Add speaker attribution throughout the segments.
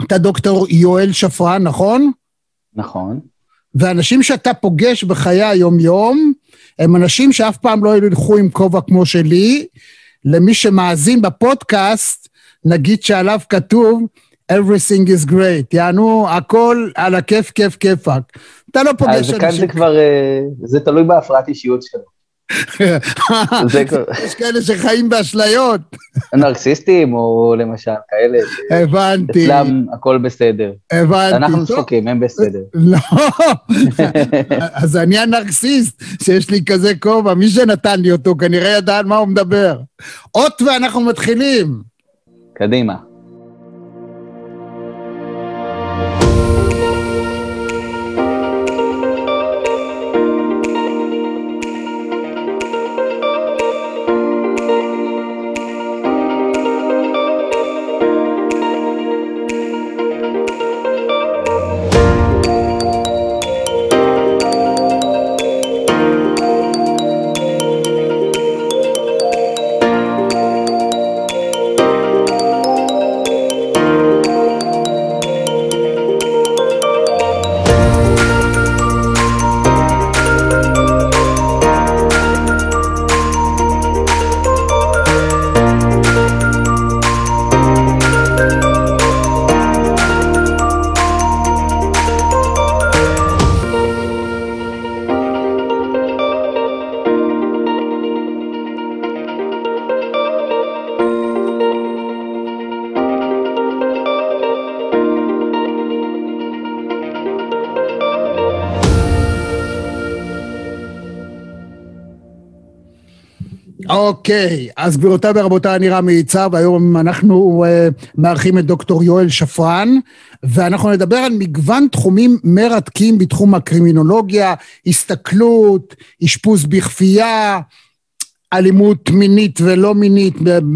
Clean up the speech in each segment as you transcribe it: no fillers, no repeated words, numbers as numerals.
Speaker 1: אתה דוקטור יואל שפרן, נכון?
Speaker 2: נכון.
Speaker 1: ואנשים שאתה פוגש בחיי היום-יום, הם אנשים שאף פעם לא ילכו עם כובע כמו שלי. למי שמאזין בפודקאסט, נגיד שעליו כתוב, everything is great, יענו, הכל על הכיף, כיף, כיפק. אתה לא פוגש אנשים.
Speaker 2: אז כאן זה כבר, זה תלוי בהפרעת אישיות שלו.
Speaker 1: יש כאלה שחיים באשליות.
Speaker 2: נרקסיסטים, או למשל כאלה,
Speaker 1: הבנתי.
Speaker 2: אצלם הכל בסדר.
Speaker 1: הבנתי.
Speaker 2: אנחנו דפוקים, הם בסדר.
Speaker 1: לא, אז אני הנרקסיסט, שיש לי כזה כובע, מי שנתן לי אותו, כנראה ידע על מה הוא מדבר. אות ואנחנו מתחילים.
Speaker 2: קדימה.
Speaker 1: אוקיי, אז גבירותיי ורבותיי, אני רמי יצהר, והיום אנחנו מארחים את דוקטור יואל שפרן, ואנחנו נדבר על מגוון תחומים מרתקים בתחום הקרימינולוגיה, הסתכלות, אשפוז בכפייה, אלימות מינית ולא מינית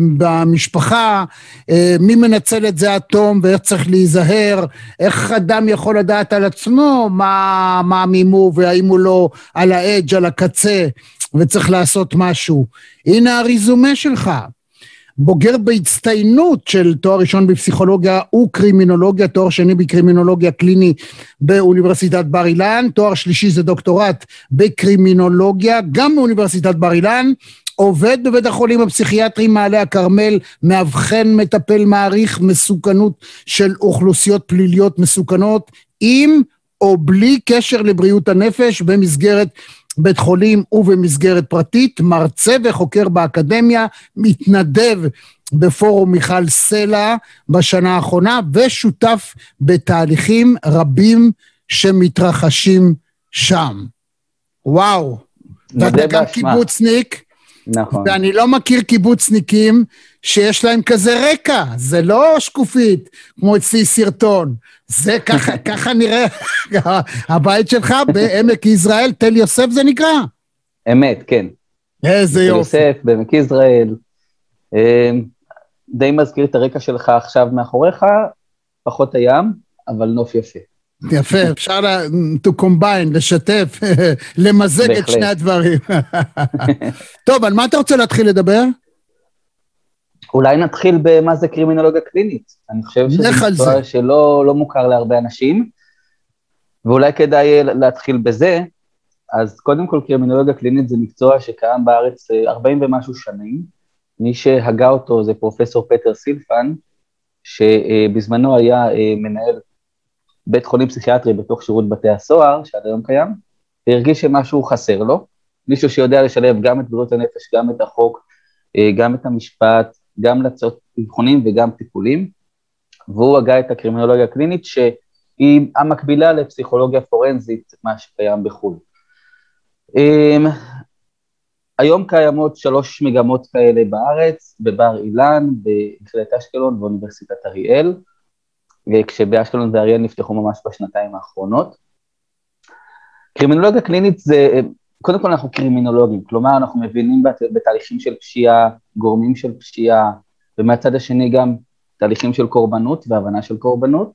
Speaker 1: במשפחה, מי מנצל את זה אטום ואיך צריך להיזהר, איך אדם יכול לדעת על עצמו מה מימו והאם הוא לא על האדג' על הקצה וצריך לעשות משהו. הנה הרזומה שלך, בוגר בהצטיינות של תואר ראשון בפסיכולוגיה וקרימינולוגיה, תואר שני בקרימינולוגיה קליני באוניברסיטת בר אילן, תואר שלישי זה דוקטורט בקרימינולוגיה גם באוניברסיטת בר אילן, עובד בבית החולים הפסיכיאטרי מעלה הכרמל, מאבחן מטפל מעריך מסוכנות של אוכלוסיות פליליות מסוכנות, עם או בלי קשר לבריאות הנפש, במסגרת בית חולים ובמסגרת פרטית, מרצה וחוקר באקדמיה, מתנדב בפורום מיכל סלע בשנה האחרונה, ושותף בתהליכים רבים שמתרחשים שם. וואו, ואתה גם קיבוצניק,
Speaker 2: נכון.
Speaker 1: ואני לא מכיר קיבוצניקים שיש להם כזה רקע, זה לא שקופית, כמו אצלי סרטון, זה ככה נראה, הבית שלך בעמק יזרעאל, תל יוסף זה נקרא?
Speaker 2: אמת, כן.
Speaker 1: איזה יופי.
Speaker 2: תל יוסף, בעמק יזרעאל, די מזכיר את הרקע שלך עכשיו מאחוריך, פחות הים, אבל נוף יפה.
Speaker 1: יפה, אפשר to combine, לשתף, למזג את שני הדברים. טוב, על מה אתה רוצה להתחיל לדבר?
Speaker 2: אולי נתחיל במה זה קרימינולוגיה קלינית. אני חושב שזה מקצוע שלא מוכר להרבה אנשים, ואולי כדאי להתחיל בזה. אז קודם כל קרימינולוגיה קלינית זה מקצוע שקיים בארץ 40 ומשהו שנים. מי שהגה אותו זה פרופסור פטר סילפן, שבזמנו היה מנהל בית חולים פסיכיאטרי בתוך שירות בתי הסוהר, שעד היום קיים, והרגיש שמשהו חסר לו, מישהו שיודע לשלב גם את בריאות הנפש, גם את החוק, גם את המשפט, גם לצעות אבחונים וגם טיפולים, והוא הגה את הקרימינולוגיה הקלינית, שהיא המקבילה לפסיכולוגיה פורנזית, מה שקיים בחו"ל. היום קיימות 3 מגמות כאלה בארץ, בבר אילן, במכללת אשקלון ואוניברסיטת אריאל, כשבאשקלון ואריאל נפתחו ממש בשנתיים האחרונות. קרימינולוגיה קלינית זה, קודם כל אנחנו קרימינולוגים, כלומר אנחנו מבינים בתהליכים של פשיעה, גורמים של פשיעה, ומהצד השני גם תהליכים של קורבנות והבנה של קורבנות,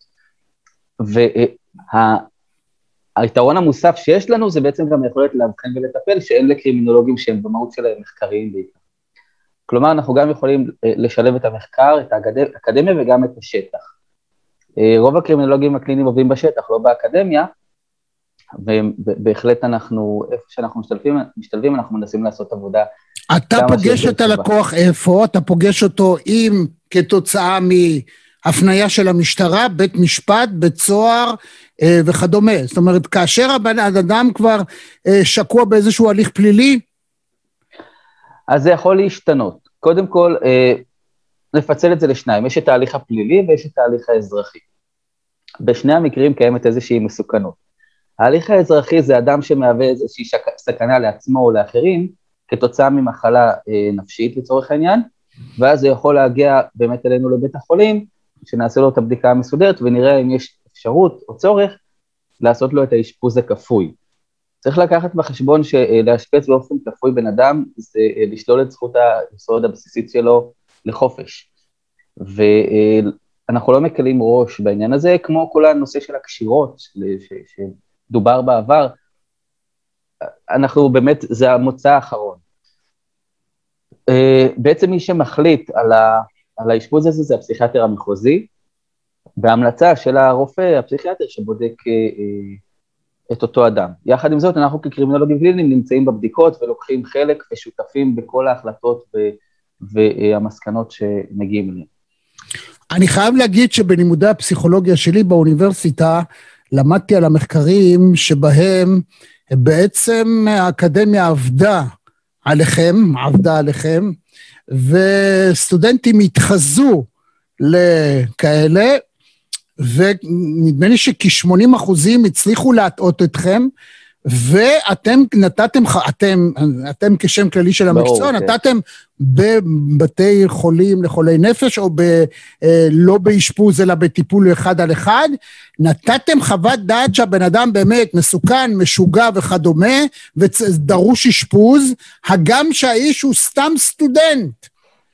Speaker 2: והיתרון המוסף שיש לנו זה בעצם גם יכולת להבחן ולטפל, שאין לקרימינולוגים שהם במהות שלהם מחקריים בעיקר. כלומר אנחנו גם יכולים לשלב את המחקר, את האקדמיה וגם את השטח. רוב הקרימינולוגים הקליניים עובדים בשטח, לא באקדמיה, ובהחלט אנחנו, איפה שאנחנו משתלבים, אנחנו מנסים לעשות עבודה.
Speaker 1: אתה פוגש את הלקוח איפה? אתה פוגש אותו אם כתוצאה מהפניה של המשטרה, בית משפט, בית סוהר וכדומה. זאת אומרת, כאשר הבן אדם כבר שקוע באיזשהו הליך פלילי?
Speaker 2: אז זה יכול להשתנות. קודם כל, נפצל את זה לשניים. יש את ההליך הפלילי ויש את ההליך האזרחי. בשני המקרים קיימת איזושהי מסוכנות. ההליך האזרחי זה אדם שמהווה איזושהי סכנה לעצמו או לאחרים, כתוצאה ממחלה נפשית לצורך העניין, ואז זה יכול להגיע באמת אלינו לבית החולים, שנעשה לו את הבדיקה המסודרת, ונראה אם יש אפשרות או צורך לעשות לו את האשפוז הכפוי. צריך לקחת בחשבון שלאשפז באופן כפוי בן אדם, זה לשלול את זכות היסוד הבסיסית שלו לחופש. ואנחנו לא מקלים ראש בעניין הזה, כמו כל הנושא של הקשירות, שדובר בעבר, אנחנו באמת, זה המוצא האחרון. בעצם מי שמחליט על האשפוז הזה, זה הפסיכיאטר המחוזי, בהמלצה של הרופא, הפסיכיאטר שבודק את אותו אדם. יחד עם זאת, אנחנו כקרימינולוגים קליניים נמצאים בבדיקות ולוקחים חלק ושותפים בכל ההחלטות והמסקנות שמגיעים אליהם.
Speaker 1: אני חייב להגיד שבלימודי הפסיכולוגיה שלי באוניברסיטה, למדתי על המחקרים שבהם בעצם האקדמיה עבדה עליכם, וסטודנטים התחזו לכאלה, ונדמה לי שכ-80% הצליחו להטעות אתכם, ואתם נתתם, אתם כשם כללי של המקצוע, נתתם בבתי חולים לחולי נפש, או לא באשפוז, אלא בטיפול אחד על אחד, נתתם חוות דעת שהבן אדם באמת מסוכן, משוגע וכדומה, ודרוש אשפוז, הגם שהאיש הוא סתם סטודנט.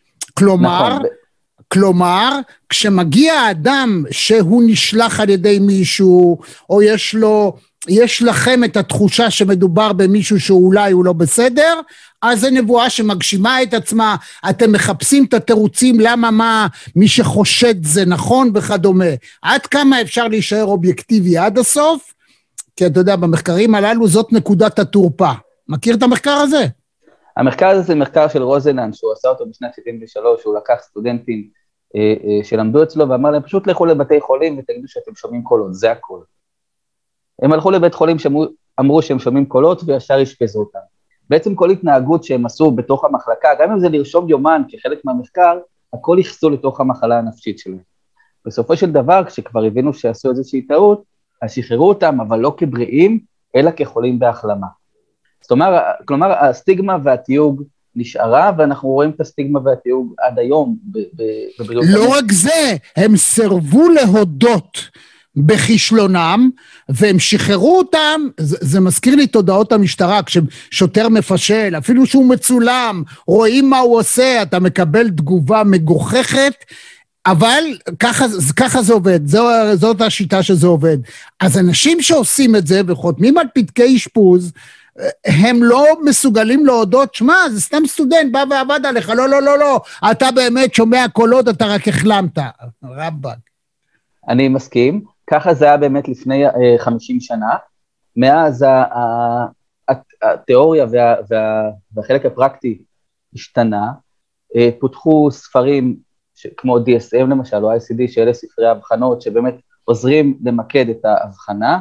Speaker 1: כלומר, כשמגיע האדם שהוא נשלח על ידי מישהו, או יש לכם את התחושה שמדובר במישהו שאולי הוא לא בסדר, אז זה נבואה שמגשימה את עצמה, אתם מחפשים את התירוצים, למה מי שחושד זה נכון וכדומה. עד כמה אפשר להישאר אובייקטיבי עד הסוף? כי אתה יודע, במחקרים הללו זאת נקודת התורפה. מכיר את המחקר הזה?
Speaker 2: המחקר הזה זה מחקר של רוזנן, שהוא עשה אותו בשנת 73, שהוא לקח סטודנטים שלמדו אצלו, ואמר להם, פשוט לכו לבתי חולים ותגידו שאתם שומעים קולות, זה הכל. הם הלכו לבית חולים שאמרו שהם שומעים קולות, וישר השפזו אותם. בעצם כל התנהגות שהם עשו בתוך המחלקה, גם אם זה לרשום יומן כחלק מהמחקר, הכל יחסו לתוך המחלה הנפשית שלהם. בסופו של דבר, כשכבר הבינו שעשו איזושהי טעות, אז שחררו אותם, אבל לא כבריאים, אלא כחולים בהחלמה. זאת אומרת, כלומר, הסטיגמה והתיוג נשארה, ואנחנו רואים את הסטיגמה והתיוג עד היום בבריאות.
Speaker 1: לא רק זה, הם סרבו להודות בכישלונם, והם שחררו אותם, זה מזכיר לי תודעות המשטרה, כששוטר מפשל, אפילו שהוא מצולם, רואים מה הוא עושה, אתה מקבל תגובה מגוחכת, אבל ככה זה עובד, זאת השיטה שזה עובד. אז אנשים שעושים את זה וחותמים על פתקי אשפוז, הם לא מסוגלים להודות, שמה, זה סתם סטודנט, בא ועבד עליך, לא, אתה באמת שומע קולות, אתה רק החלמת, רבק.
Speaker 2: אני מסכים, ככה זה היה באמת לפני 50 שנה, מאז התיאוריה והחלק הפרקטי השתנה, פותחו ספרים כמו DSM למשל, או ICD, שאלה ספרי הבחנות, שבאמת עוזרים למקד את ההבחנה,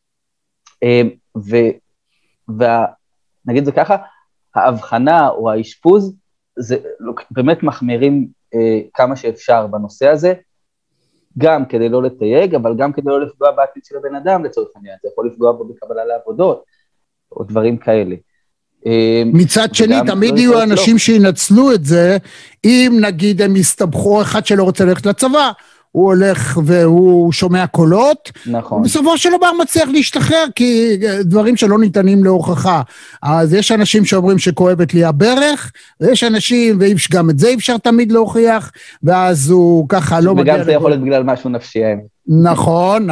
Speaker 2: ונגיד זה ככה, ההבחנה או האשפוז, זה באמת מחמירים כמה שאפשר בנושא הזה, גם כדי לא לתייג, אבל גם כדי לא לפגוע בעתיד של הבן אדם לצורך העניין, זה יכול לפגוע בו בקבלה לעבודות, או דברים כאלה.
Speaker 1: מצד שני, תמיד יהיו אנשים שינצלו את זה, אם נגיד הם יסתבכו, אחד שלא רוצה ללכת לצבא, הוא הולך והוא שומע קולות,
Speaker 2: נכון.
Speaker 1: בסופו של דבר מצליח להשתחרר, כי דברים שלא ניתנים להוכחה. אז יש אנשים שאומרים שכואבת לי הברך, ויש אנשים, וגם את זה אפשר תמיד להוכיח, ואז הוא ככה לא מגיע...
Speaker 2: וגם זה יכול להיות בגלל משהו נפשי.
Speaker 1: נכון.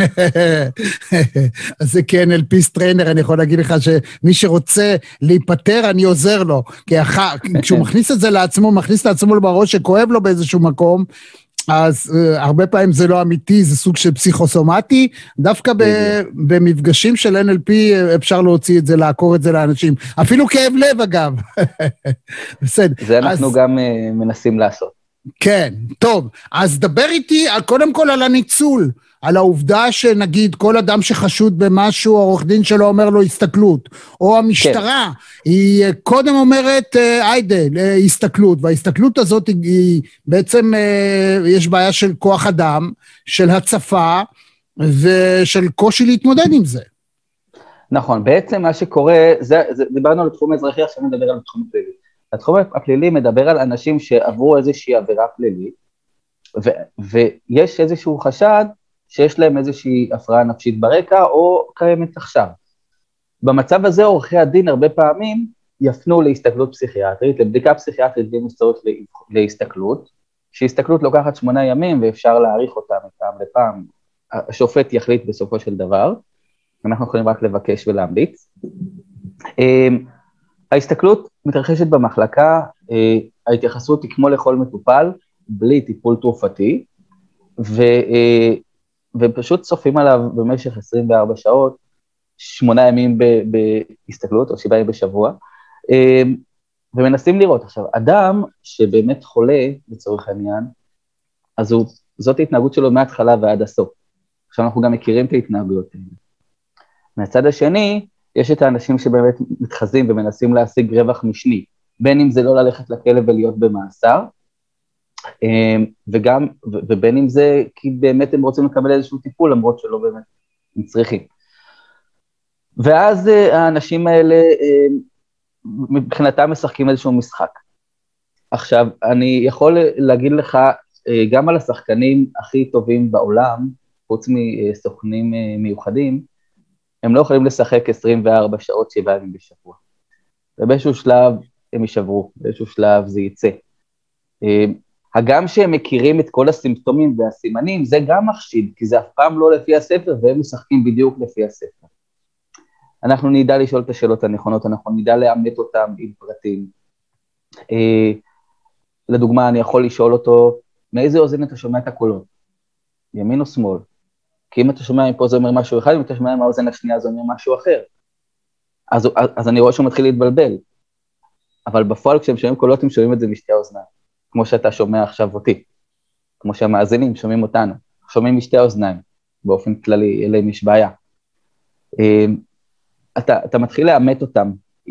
Speaker 1: אז זה כן, אלפיס טריינר, אני יכול להגיד לך שמי שרוצה להיפטר, אני עוזר לו, כי כשהוא מכניס את זה לעצמו, מכניס את עצמו בראש שכואב לו באיזשהו מקום, אז הרבה פעמים זה לא אמיתי, זה סוג של פסיכוסומטי, דווקא במפגשים של NLP אפשר להוציא את זה, לעקור את זה לאנשים, אפילו כאב לב אגב. בסדר.
Speaker 2: זה אנחנו גם מנסים לעשות.
Speaker 1: כן, טוב, אז דבר איתי קודם כל על הניצול, על העובדה שנגיד כל אדם שחשוד במשהו, העורך דין שלו אומר לו הסתכלות, או המשטרה, כן. היא קודם אומרת היידה, הסתכלות, וההסתכלות הזאת היא בעצם, יש בעיה של כוח אדם, של הצפה, ושל קושי להתמודד עם זה.
Speaker 2: נכון, בעצם מה שקורה, דיברנו על התחום האזרחי, עכשיו נדבר על התחום הפלילי. התחום הפלילי מדבר על אנשים שעברו איזושהי עבירה פלילית, ויש איזשהו חשד שיש להם איזושהי הפרעה נפשית ברקע, או קיימת עכשיו. במצב הזה עורכי הדין הרבה פעמים יפנו להסתכלות פסיכיאטרית, לבדיקה פסיכיאטרית ואם יש צורך להסתכלות, שהסתכלות לוקחת 8 ימים ואפשר להאריך אותה מפעם לפעם, השופט יחליט בסופו של דבר, אנחנו יכולים רק לבקש ולהמליץ. ההסתכלות מתרחשת במחלקה, ההתייחסות היא כמו לכל מטופל, בלי טיפול תרופתי, ופשוט צופים עליו במשך 24 שעות, 8 ימים בהסתכלות, או 7 ימים בשבוע, ומנסים לראות. עכשיו, אדם שבאמת חולה, לצורך העניין, אז זאת ההתנהגות שלו מההתחלה ועד הסוף. עכשיו אנחנו גם מכירים את ההתנהגויות האלה. מהצד השני, יש את האנשים שבאמת מתחזים ומנסים להשיג רווח משני, בין אם זה לא ללכת לכלא ולהיות במאסר, ובין אם זה כי באמת הם רוצים לקבל איזשהו טיפול, למרות שלא באמת הם צריכים. ואז האנשים האלה, מבחינתם משחקים איזשהו משחק. עכשיו, אני יכול להגיד לך, גם על השחקנים הכי טובים בעולם, חוץ מסוכנים מיוחדים, הם לא יכולים לשחק 24 שעות 7 ימים בשבוע. ובאיזשהו שלב הם יישברו, באיזשהו שלב זה יצא. הגם שהם מכירים את כל הסימפטומים והסימנים, זה גם מחשיד, כי זה אף פעם לא לפי הספר, והם משחקים בדיוק לפי הספר. אנחנו נדע לשאול את השאלות הנכונות, אנחנו נדע לאמת אותם עם פרטים. לדוגמה, אני יכול לשאול אותו, מאיזה אוזן אתה שומע את הקולות? ימין או שמאל? כי אם אתה שומע מפה זה אומר משהו אחד, אם אתה שומע מהאוזן השנייה זה אומר משהו אחר. אז אני רואה שהוא מתחיל להתבלבל. אבל בפועל כשהם שומעים קולות, הם שומעים את זה משתי האוזניים. כמו שאתה שומע עכשיו אותי. כמו שהמאזינים שומעים אותנו. שומעים משתי האוזניים. באופן כללי, אליהם יש בעיה. אתה מתחיל לאמת אותם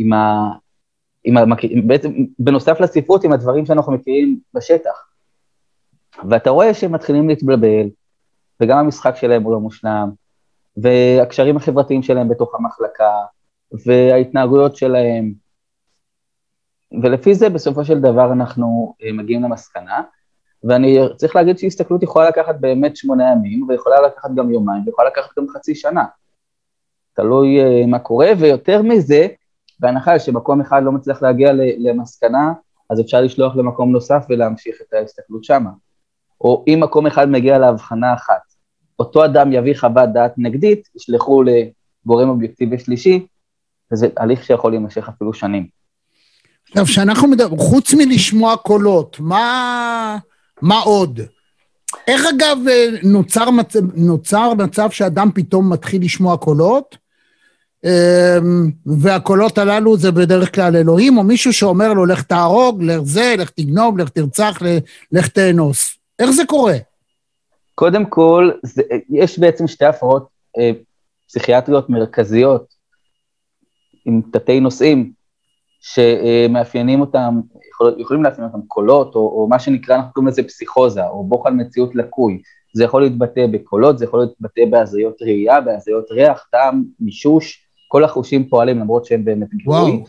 Speaker 2: בעצם בנוסף לספרות, עם הדברים שאנחנו מכירים בשטח. ואתה רואה שהם מתחילים להתבלבל, וגם המשחק שלהם הוא לא מושלם, והקשרים החברתיים שלהם בתוך המחלקה, וההתנהגויות שלהם, ולפי זה בסופו של דבר אנחנו מגיעים למסקנה, ואני צריך להגיד שהסתכלות יכולה לקחת באמת 8 ימים, ויכולה לקחת גם יומיים, ויכולה לקחת גם חצי שנה. תלוי מה קורה, ויותר מזה, בהנחה שמקום אחד לא מצליח להגיע למסקנה, אז אפשר לשלוח למקום נוסף ולהמשיך את ההסתכלות שמה. או אם מקום אחד מגיע להבחנה אחת, אותו אדם יביא חוות דעת נגדית, ישלחו לגורם אובייקטיבי שלישי, וזה הליך שיכול להימשך אפילו שנים.
Speaker 1: עכשיו, שאנחנו מדברים, חוץ מלשמוע קולות, מה עוד? איך אגב נוצר מצב שאדם פתאום מתחיל לשמוע קולות, והקולות הללו זה בדרך כלל אלוהים, או מישהו שאומר לו, לך תהרוג, לך זה, לך תגנוב, לך תרצח, לך תאנוס. איך זה קורה?
Speaker 2: קודם כל, יש בעצם 2 הפרעות פסיכיאטריות מרכזיות, עם תתי נושאים, שמאפיינים אותם, יכולים לאפיין אותם קולות, או מה שנקרא, אנחנו קוראים לזה פסיכוזה, או בוחן מציאות לקוי. זה יכול להתבטא בקולות, זה יכול להתבטא בהזיות ראייה, בהזיות ריח, טעם, מישוש, כל החושים פועלים למרות שהם באמת גלוי.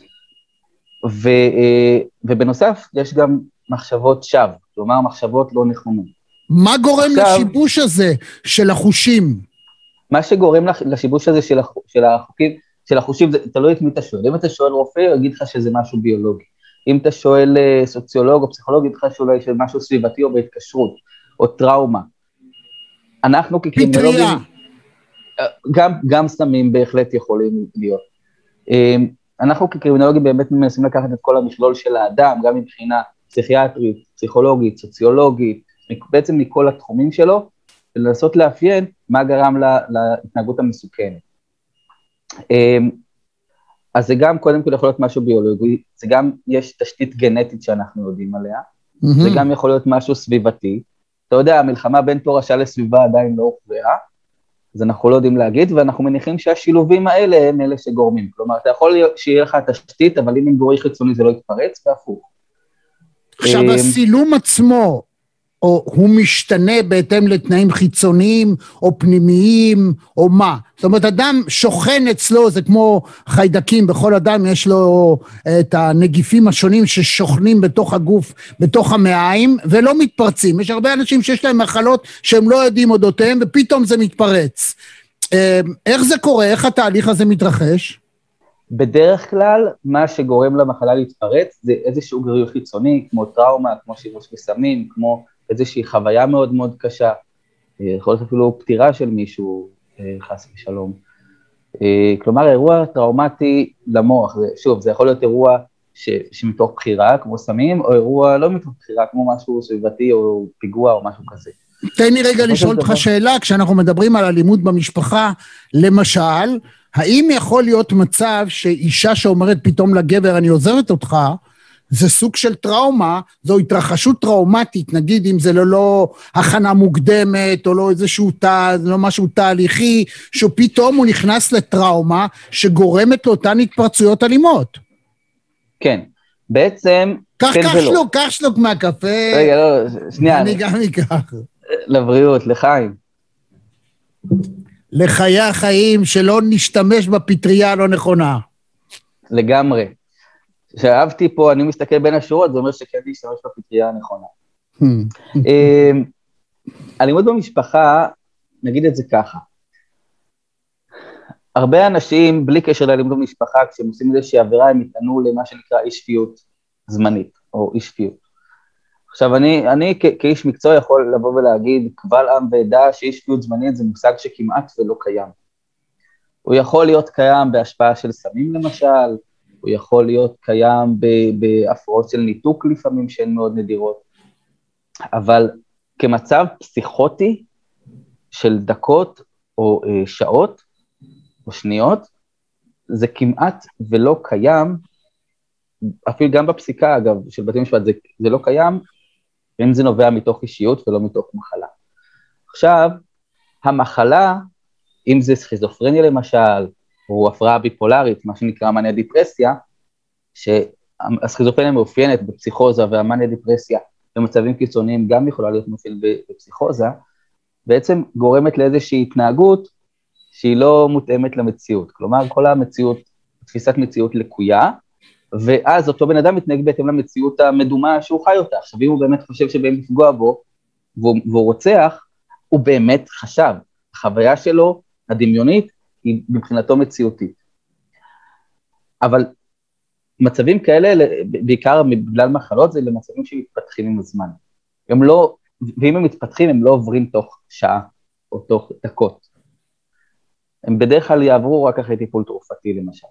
Speaker 2: ובנוסף, יש גם מחשבות שווא, כלומר מחשבות לא נכונות.
Speaker 1: מה גורם לשיבוש הזה של החושים?
Speaker 2: מה שגורם לשיבוש הזה של החושים, זה תלוי את מי אתה שואל. אם אתה שואל רופא, הוא יגיד לך שזה משהו ביולוגי. אם אתה שואל סוציולוג או פסיכולוג, יגיד לך שאולי של משהו סביבתי או בהתקשרות, או טראומה. אנחנו כקרימינולוגים, גם סמים בהחלט יכולים להיות. אנחנו כקרימינולוגים באמת מנסים לקחת את כל המכלול של האדם, גם מבחינה פסיכיאטרית, פסיכולוגית, סוציולוגית, בעצם מכל התחומים שלו, ולנסות לאפיין מה גרם להתנהגות המסוכנת. אז זה גם קודם כל יכול להיות משהו ביולוגי, זה גם יש תשתית גנטית שאנחנו יודעים עליה, זה גם יכול להיות משהו סביבתי, אתה יודע, המלחמה בין תורשה לסביבה עדיין לא הוכרעה, אז אנחנו לא יודעים להגיד, ואנחנו מניחים שהשילובים האלה הם אלה שגורמים, כלומר, אתה יכול שיהיה לך תשתית, אבל אם אין גורם חיצוני זה לא יתפרץ, והפוך.
Speaker 1: עכשיו, הסילום עצמו, הוא משתנה בהתאם לתנאים חיצוניים, או פנימיים, או מה? זאת אומרת, אדם שוכן אצלו, זה כמו חיידקים, בכל אדם יש לו את הנגיפים השונים ששוכנים בתוך הגוף, בתוך המעיים, ולא מתפרצים. יש הרבה אנשים שיש להם מחלות שהם לא יודעים אודותיהם, ופתאום זה מתפרץ. איך זה קורה? איך התהליך הזה מתרחש?
Speaker 2: בדרך כלל, מה שגורם למחלה להתפרץ, זה איזשהו גרעין חיצוני, כמו טראומה, כמו שימוש בסמים, כמו איזושהי חוויה מאוד מאוד קשה, יכול להיות אפילו פטירה של מישהו, חס ושלום. כלומר, אירוע טראומטי למוח, שוב, זה יכול להיות אירוע שמתוך בחירה, כמו סמים, או אירוע לא מתוך בחירה, כמו משהו סביבתי, או פיגוע, או משהו כזה.
Speaker 1: תן לי רגע לשאול אותך שאלה, כשאנחנו מדברים על אלימות במשפחה, למשל, האם יכול להיות מצב שאישה שאומרת פתאום לגבר, אני עוזבת אותך, זה סוג של טראומה, זו התרחשות טראומטית, נגיד אם זה לא הכנה מוקדמת, או לא איזשהו לא משהו תהליכי, שפתאום הוא נכנס לטראומה, שגורמת לאותן התפרצויות אלימות.
Speaker 2: כן, בעצם...
Speaker 1: קח שלוק מהקפה.
Speaker 2: רגע, לא, שנייה.
Speaker 1: אני גם אקח.
Speaker 2: לבריאות, לחיים.
Speaker 1: לחיי החיים, שלא נשתמש בפטריה הלא נכונה.
Speaker 2: לגמרי. שאהבתי פה, אני מסתכל בין השורות, זה אומר שכן להשתמש בפטריה הנכונה. אלימות במשפחה, נגיד את זה ככה, הרבה אנשים, בלי קשר לאלימות במשפחה, כשהם עושים איזושהי עבירה, הם יתענו למה שנקרא אי שפיות זמנית, או אי שפיות. עכשיו, אני כאיש מקצוע יכול לבוא ולהגיד, קבל עם ועדה שאי שפיות זמנית זה מושג שכמעט ולא קיים. הוא יכול להיות קיים בהשפעה של סמים למשל, הוא יכול להיות קיים בהפרעות של ניתוק לפעמים שהן מאוד נדירות, אבל כמצב פסיכוטי של דקות או שעות או שניות, זה כמעט ולא קיים, אפילו גם בפסיקה אגב של בתי משפט זה לא קיים, אם זה נובע מתוך אישיות ולא מתוך מחלה. עכשיו, המחלה, אם זה סכיזופרניה למשל, או הפרעה ביפולרית, מה שנקרא מניה דיפרסיה, שהסכיזופרניה מאופיינת בפסיכוזה, והמניה דיפרסיה במצבים קיצוניים גם יכולה להיות מאופיינת בפסיכוזה, בעצם גורמת לאיזושהי התנהגות שהיא לא מותאמת למציאות. כלומר, כל המציאות, תפיסת מציאות לקויה, ואז אותו בן אדם מתנהג בהתאם למציאות המדומה שהוא חי אותה. עכשיו, אם הוא באמת חושב שבאים לפגוע בו, והוא רוצח, הוא באמת חשב. החוויה שלו, הדמיונית, היא מבחינתו מציאותית. אבל מצבים כאלה, בעיקר בגלל מחלות, זה למצבים שמתפתחים עם הזמן. הם לא, ואם הם מתפתחים, הם לא עוברים תוך שעה, או תוך דקות. הם בדרך כלל יעברו רק אחרי טיפול תרופתי, למשל.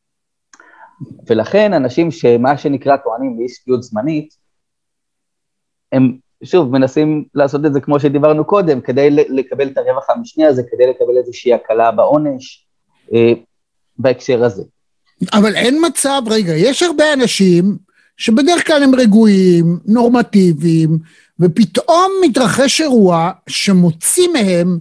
Speaker 2: ולכן, אנשים שמה שנקרא טוענים לאי שפיות זמנית, הם שוב מנסים לעשות את זה כמו שדיברנו קודם, כדי לקבל את הרווח המשני הזה, כדי לקבל איזושהי הקלה בעונש, בהקשר הזה.
Speaker 1: אבל אין מצב, רגע, יש הרבה אנשים שבדרך כלל הם רגועים, נורמטיביים, ופתאום מתרחש אירוע שמוציא מהם,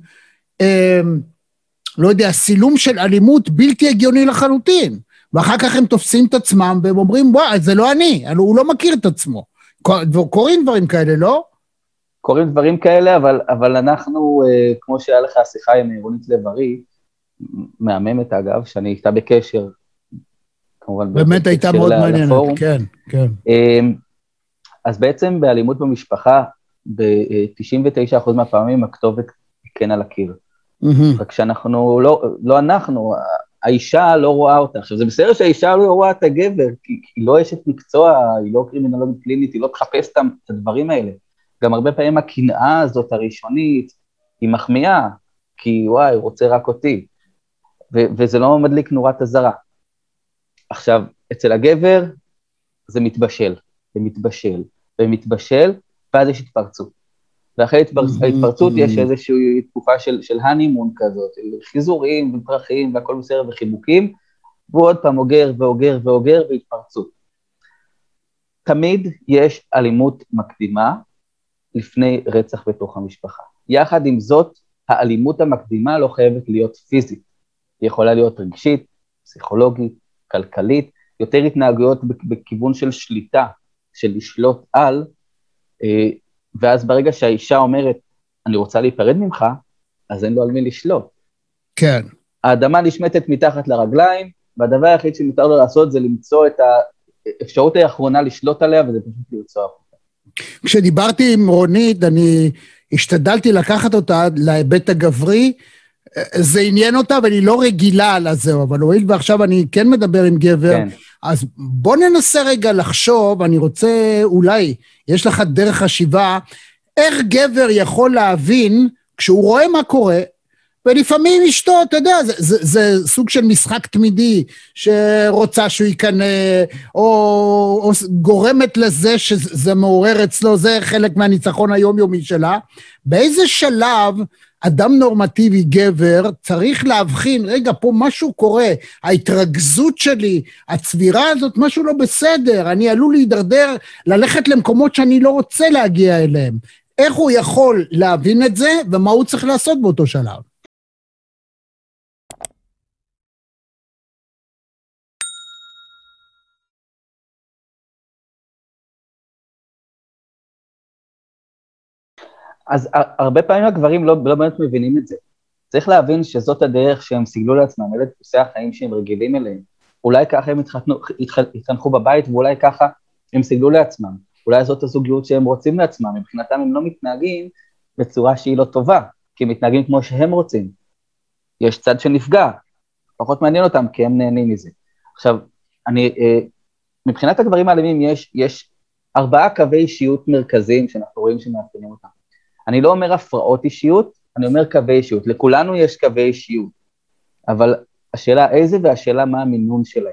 Speaker 1: לא יודע, סילום של אלימות בלתי הגיוני לחלוטין, ואחר כך הם תופסים את עצמם והם אומרים, וואי, זה לא אני, הוא לא מכיר את עצמו. קוראים דברים כאלה, לא?
Speaker 2: קוראים דברים כאלה, אבל אנחנו, כמו שהיה לך השיחה עם רונית לב-ארי, מהממת אגב, שאני איתה בקשר, כמובן
Speaker 1: באמת הייתה מאוד מעניינת, כן, כן.
Speaker 2: אז בעצם באלימות במשפחה, ב-99% מהפעמים הכתובת כן על הקיר. רק שאנחנו, לא אנחנו, האישה לא רואה אותה. עכשיו, זה בסדר שהאישה לא רואה את הגבר, כי היא לא אשת מקצוע, היא לא קרימינולוגית קלינית, היא לא תחפש את הדברים האלה. גם הרבה פעמים הקנאה הזאת הראשונית, היא מחמיאה, כי וואי, הוא רוצה רק אותי. וזה לא מדליק נורת הזרה. עכשיו, אצל הגבר, זה מתבשל, ומתבשל, ומתבשל, ואז יש התפרצות. ואחרי ההתפרצות יש איזושהי תקופה של הנימון כזאת, חיזורים ופרחים והכל בסדר וחיבוקים, והוא עוד פעם אוגר ואוגר ואוגר והתפרצות. תמיד יש אלימות מקדימה לפני רצח בתוך המשפחה. יחד עם זאת, האלימות המקדימה לא חייבת להיות פיזית, היא יכולה להיות רגשית, פסיכולוגית, כלכלית, יותר התנהגויות בכיוון של שליטה, של לשלוט על, ואז ברגע שהאישה אומרת, אני רוצה להיפרד ממך, אז אין לו על מי לשלוט.
Speaker 1: כן.
Speaker 2: האדמה נשמטת מתחת לרגליים, והדבר היחיד שמותר לו לעשות זה למצוא את האפשרות האחרונה לשלוט עליה, וזה פשוט לרצוח.
Speaker 1: כשדיברתי עם רונית, אני השתדלתי לקחת אותה להיבט הגברי, זה עניין אותה ואני לא רגילה על זה, אבל הואיל ועכשיו אני כן מדבר עם גבר, כן. אז בוא ננסה רגע לחשוב, אני רוצה אולי, יש לך דרך חשיבה, איך גבר יכול להבין כשהוא רואה מה קורה, ולפעמים אשתו, אתה יודע, זה סוג של משחק תמידי, שרוצה שהוא ייכנע, או גורמת לזה שזה מעורר אצלו, זה חלק מהניצחון היומיומי שלה. באיזה שלב אדם נורמטיבי גבר צריך להבחין, רגע, פה משהו קורה, ההתרגזות שלי, הצבירה הזאת, משהו לא בסדר, אני עלול להידרדר, ללכת למקומות שאני לא רוצה להגיע אליהם. איך הוא יכול להבין את זה, ומה הוא צריך לעשות באותו שלב?
Speaker 2: אז הרבה פעמים הגברים לא באמת מבינים את זה. צריך להבין שזאת הדרך שהם סיגלו לעצמם, אלה דפוסי החיים שהם רגילים אליהם. אולי ככה הם התחנכו בבית, ואולי ככה הם סיגלו לעצמם. אולי זאת הזוגיות שהם רוצים לעצמם, מבחינתם הם לא מתנהגים בצורה שהיא לא טובה, כי הם מתנהגים כמו שהם רוצים. יש צד שנפגע, פחות מעניין אותם, כי הם נהנים מזה. עכשיו, מבחינת הגברים האלימים יש 4 קווי אישיות מרכזיים שאנחנו רואים שמאפיינים אותם. אני לא אומר הפרעות אישיות, אני אומר קווי אישיות. לכולנו יש קווי אישיות, אבל השאלה איזה והשאלה מה המינון שלהם.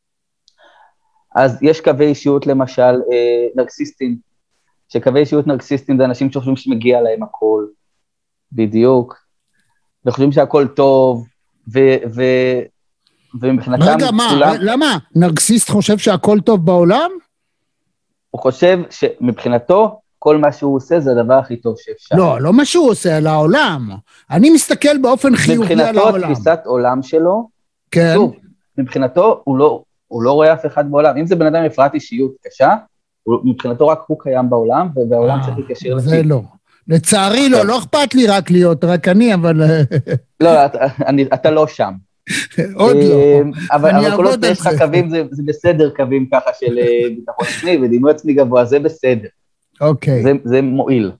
Speaker 2: אז יש קווי אישיות למשל נרקסיסטים, שקווי אישיות נרקסיסטים זה אנשים שחושבים שמגיע להם הכל, בדיוק, וחושבים שהכל טוב, ומבחינתם...
Speaker 1: רגע, מה? למה? נרקסיסט חושב שהכל טוב בעולם?
Speaker 2: הוא חושב שמבחינתו, כל מה שהוא עושה זה הדבר הכי טוב שאפשר.
Speaker 1: לא מה שהוא עושה, על העולם. אני מסתכל באופן חיובי על העולם.
Speaker 2: מבחינתו, תפיסת עולם שלו,
Speaker 1: כן.
Speaker 2: טוב, מבחינתו הוא לא רואה אף אחד בעולם. אם זה בן אדם הפרעת אישיות קשה, מבחינתו רק הוא קיים בעולם, והעולם צריך להתקשר לפי.
Speaker 1: זה לא. לצערי לא אכפת לי רק אני, אבל...
Speaker 2: לא, אתה לא שם.
Speaker 1: עוד לא.
Speaker 2: אבל כל עוד יש לך קווים, זה בסדר קווים ככה של ביטחון עצמי, ודימוי עצמי גבוה, זה בסדר.
Speaker 1: אוקיי.
Speaker 2: זה מועיל.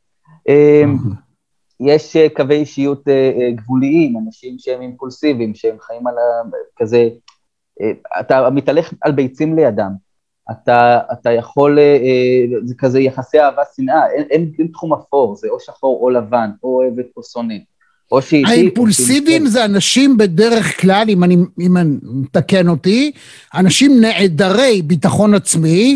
Speaker 2: יש קווי אישיות גבוליים, אנשים שהם אימפולסיביים, שהם חיים על כזה, אתה מתהלך על ביצים לידם, אתה יכול, זה כזה יחסי אהבה שנאה, אין תחום אפור, זה או שחור או לבן, או אוהבת או שונאת.
Speaker 1: האימפולסיביים זה אנשים בדרך כלל, אם אני מתקן אותי, אנשים נעדרי ביטחון עצמי,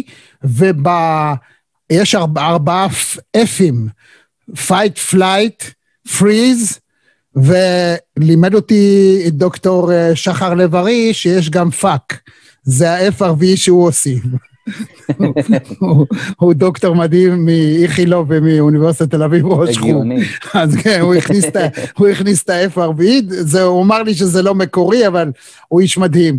Speaker 1: יש 4 F'ים, fight, flight, freeze, ולימד אותי דוקטור שחר לב-ארי שיש גם fuck, זה ה-F הרביעי שהוא עושים. הוא דוקטור מדהים מאיכילוב ומאוניברסיטת תל אביב ראש חום. אז כן, הוא הכניס את ה-F הרביעית, הוא אמר לי שזה לא מקורי, אבל הוא איש מדהים.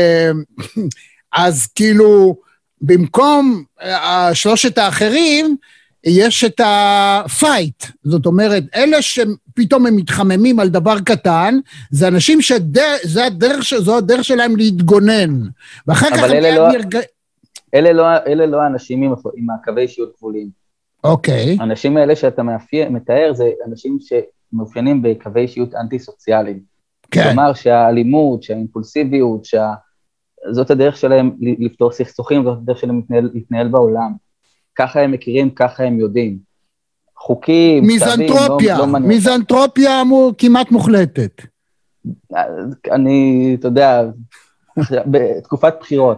Speaker 1: אז כאילו, במקום 3 האחרים, יש את הפייט, זאת אומרת, אלה שפתאום הם מתחממים על דבר קטן, זה אנשים שזו הדרך שלהם להתגונן, ואחר כך...
Speaker 2: אבל אלה לא האנשים עם הקווי אישיות גבוליים.
Speaker 1: אוקיי.
Speaker 2: האנשים האלה שאתה מתאר, זה אנשים שמאופיינים בקווי אישיות אנטי-סוציאליים.
Speaker 1: כן.
Speaker 2: כלומר שהאלימות, שהאימפולסיביות, זאת הדרך שלהם לפתור סכסוכים, זאת הדרך שלהם להתנהל בעולם. ככה הם מכירים, ככה הם יודעים. חוקים,
Speaker 1: מיזנטרופיה כמעט מוחלטת.
Speaker 2: אתה יודע, בתקופת בחירות.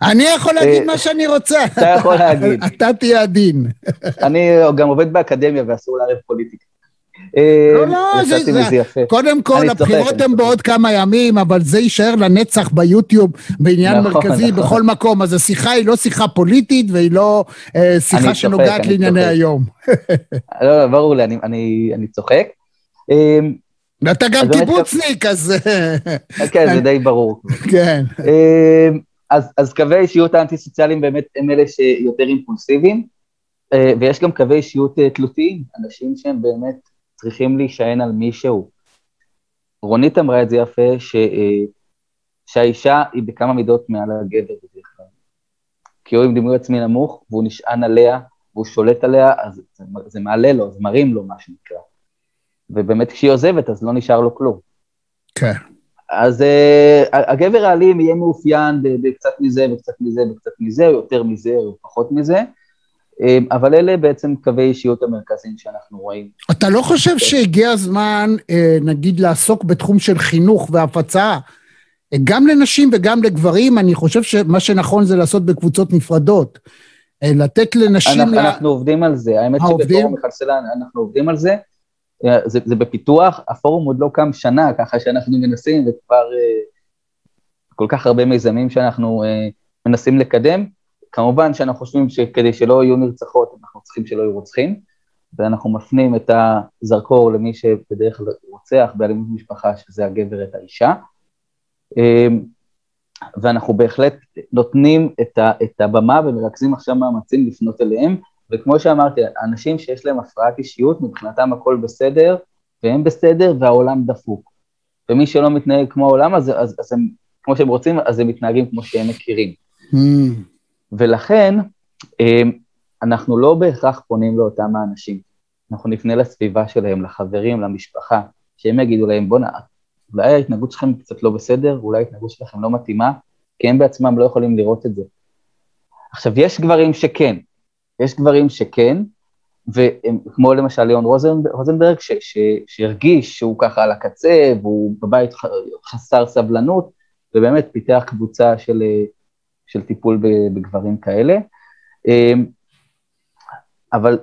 Speaker 1: אני יכול להגיד מה שאני רוצה.
Speaker 2: אתה יכול להגיד.
Speaker 1: אתה תהיה עדין.
Speaker 2: אני גם עובד באקדמיה ואסור לערב פוליטיקה.
Speaker 1: לא,
Speaker 2: יצאתי מזה יפה.
Speaker 1: קודם כל, הבחירות הן בעוד כמה ימים, אבל זה יישאר לנצח ביוטיוב בעניין מרכזי בכל מקום, אז השיחה היא לא שיחה פוליטית, והיא לא שיחה שנוגעת לענייני היום.
Speaker 2: לא, ברור לי, אני צוחק.
Speaker 1: ואתה גם קיבוצניק, אז...
Speaker 2: כן, זה די ברור.
Speaker 1: כן.
Speaker 2: אז קווי אישיות האנטי-סוציאליים באמת הם אלה שיותר אימפולסיביים, ויש גם קווי אישיות תלותיים, אנשים שהם באמת צריכים להישען על מישהו. רונית אמרה את זה יפה, שהאישה היא בכמה מידות מעל הגבר בדרך כלל. כי הוא עם דימוי עצמי נמוך, והוא נשען עליה, והוא שולט עליה, אז זה מעלה לו, זה מרים לו מה שנקרא. ובאמת כשהיא עוזבת, אז לא נשאר לו כלום.
Speaker 1: כן.
Speaker 2: אז הגבר האלים יהיה מאופיין בקצת מזה, וקצת מזה, וקצת מזה, או יותר מזה, או פחות מזה, אבל אלה בעצם קווי אישיות המרכזיים שאנחנו רואים.
Speaker 1: אתה לא חושב שהגיע הזמן, נגיד, לעסוק בתחום של חינוך והפצה, גם לנשים וגם לגברים? אני חושב שמה שנכון זה לעשות בקבוצות נפרדות, לתת לנשים...
Speaker 2: אנחנו עובדים על זה, האמת שבפורום מחלסלה אנחנו עובדים על זה, זה בפיתוח, הפורום עוד לא קם שנה, ככה שאנחנו מנסים, וכבר כל כך הרבה מיזמים שאנחנו מנסים לקדם, כמובן שאנחנו חושבים שכדי שלא יהיו נרצחות, אנחנו צריכים שלא יהיו רוצחים, ואנחנו מפנים את הזרקור למי שבדרך כלל רוצח באלימות משפחה, שזה הגבר את האישה, ואנחנו בהחלט נותנים את הבמה ומרכזים עכשיו מאמצים לפנות אליהם, וכמו שאמרתי, אנשים שיש להם הפרעת אישיות, מבחינתם הכל בסדר, והם בסדר והעולם דפוק. ומי שלא מתנהג כמו העולם, אז הם, כמו שהם רוצים, אז הם מתנהגים כמו שהם מכירים. ולכן, אנחנו לא בהכרח פונים לאותם האנשים. אנחנו נפנה לסביבה שלהם, לחברים, למשפחה, שהם יגידו להם, בוא אולי ההתנהגות שלכם קצת לא בסדר, אולי ההתנהגות שלכם לא מתאימה, כי הם בעצמם לא יכולים לראות את זה. עכשיו, יש גברים שכן, וכמו למשל ליאון רוזנברג, שהרגיש שהוא ככה על הקצה, והוא בבית חסר סבלנות, ובאמת פיתח קבוצה של טיפול בגברים כאלה, אבל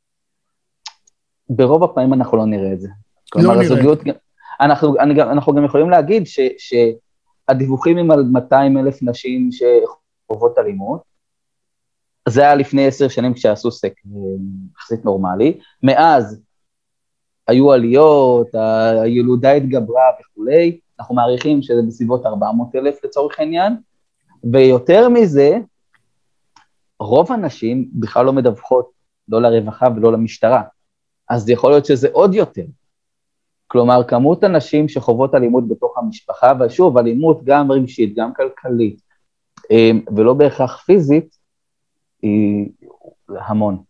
Speaker 2: ברוב הפעמים אנחנו לא נראה את זה.
Speaker 1: לא נראה.
Speaker 2: אנחנו גם יכולים להגיד שהדיווחים הם על 200,000 נשים שחוות אלימות, זה היה לפני 10 שנים כשעשו סקר יחסית נורמלי, מאז היו עליות, הילודה התגברה וכולי, אנחנו מעריכים שזה בסביבות 400,000 לצורך העניין, ויותר מזה, רוב הנשים בכלל לא מדווחות, לא לרווחה ולא למשטרה, אז יכול להיות שזה עוד יותר. כלומר, כמות הנשים שחוות אלימות בתוך המשפחה, ושוב, אלימות גם רגשית, גם כלכלית, ולא בהכרח פיזית, היא המון.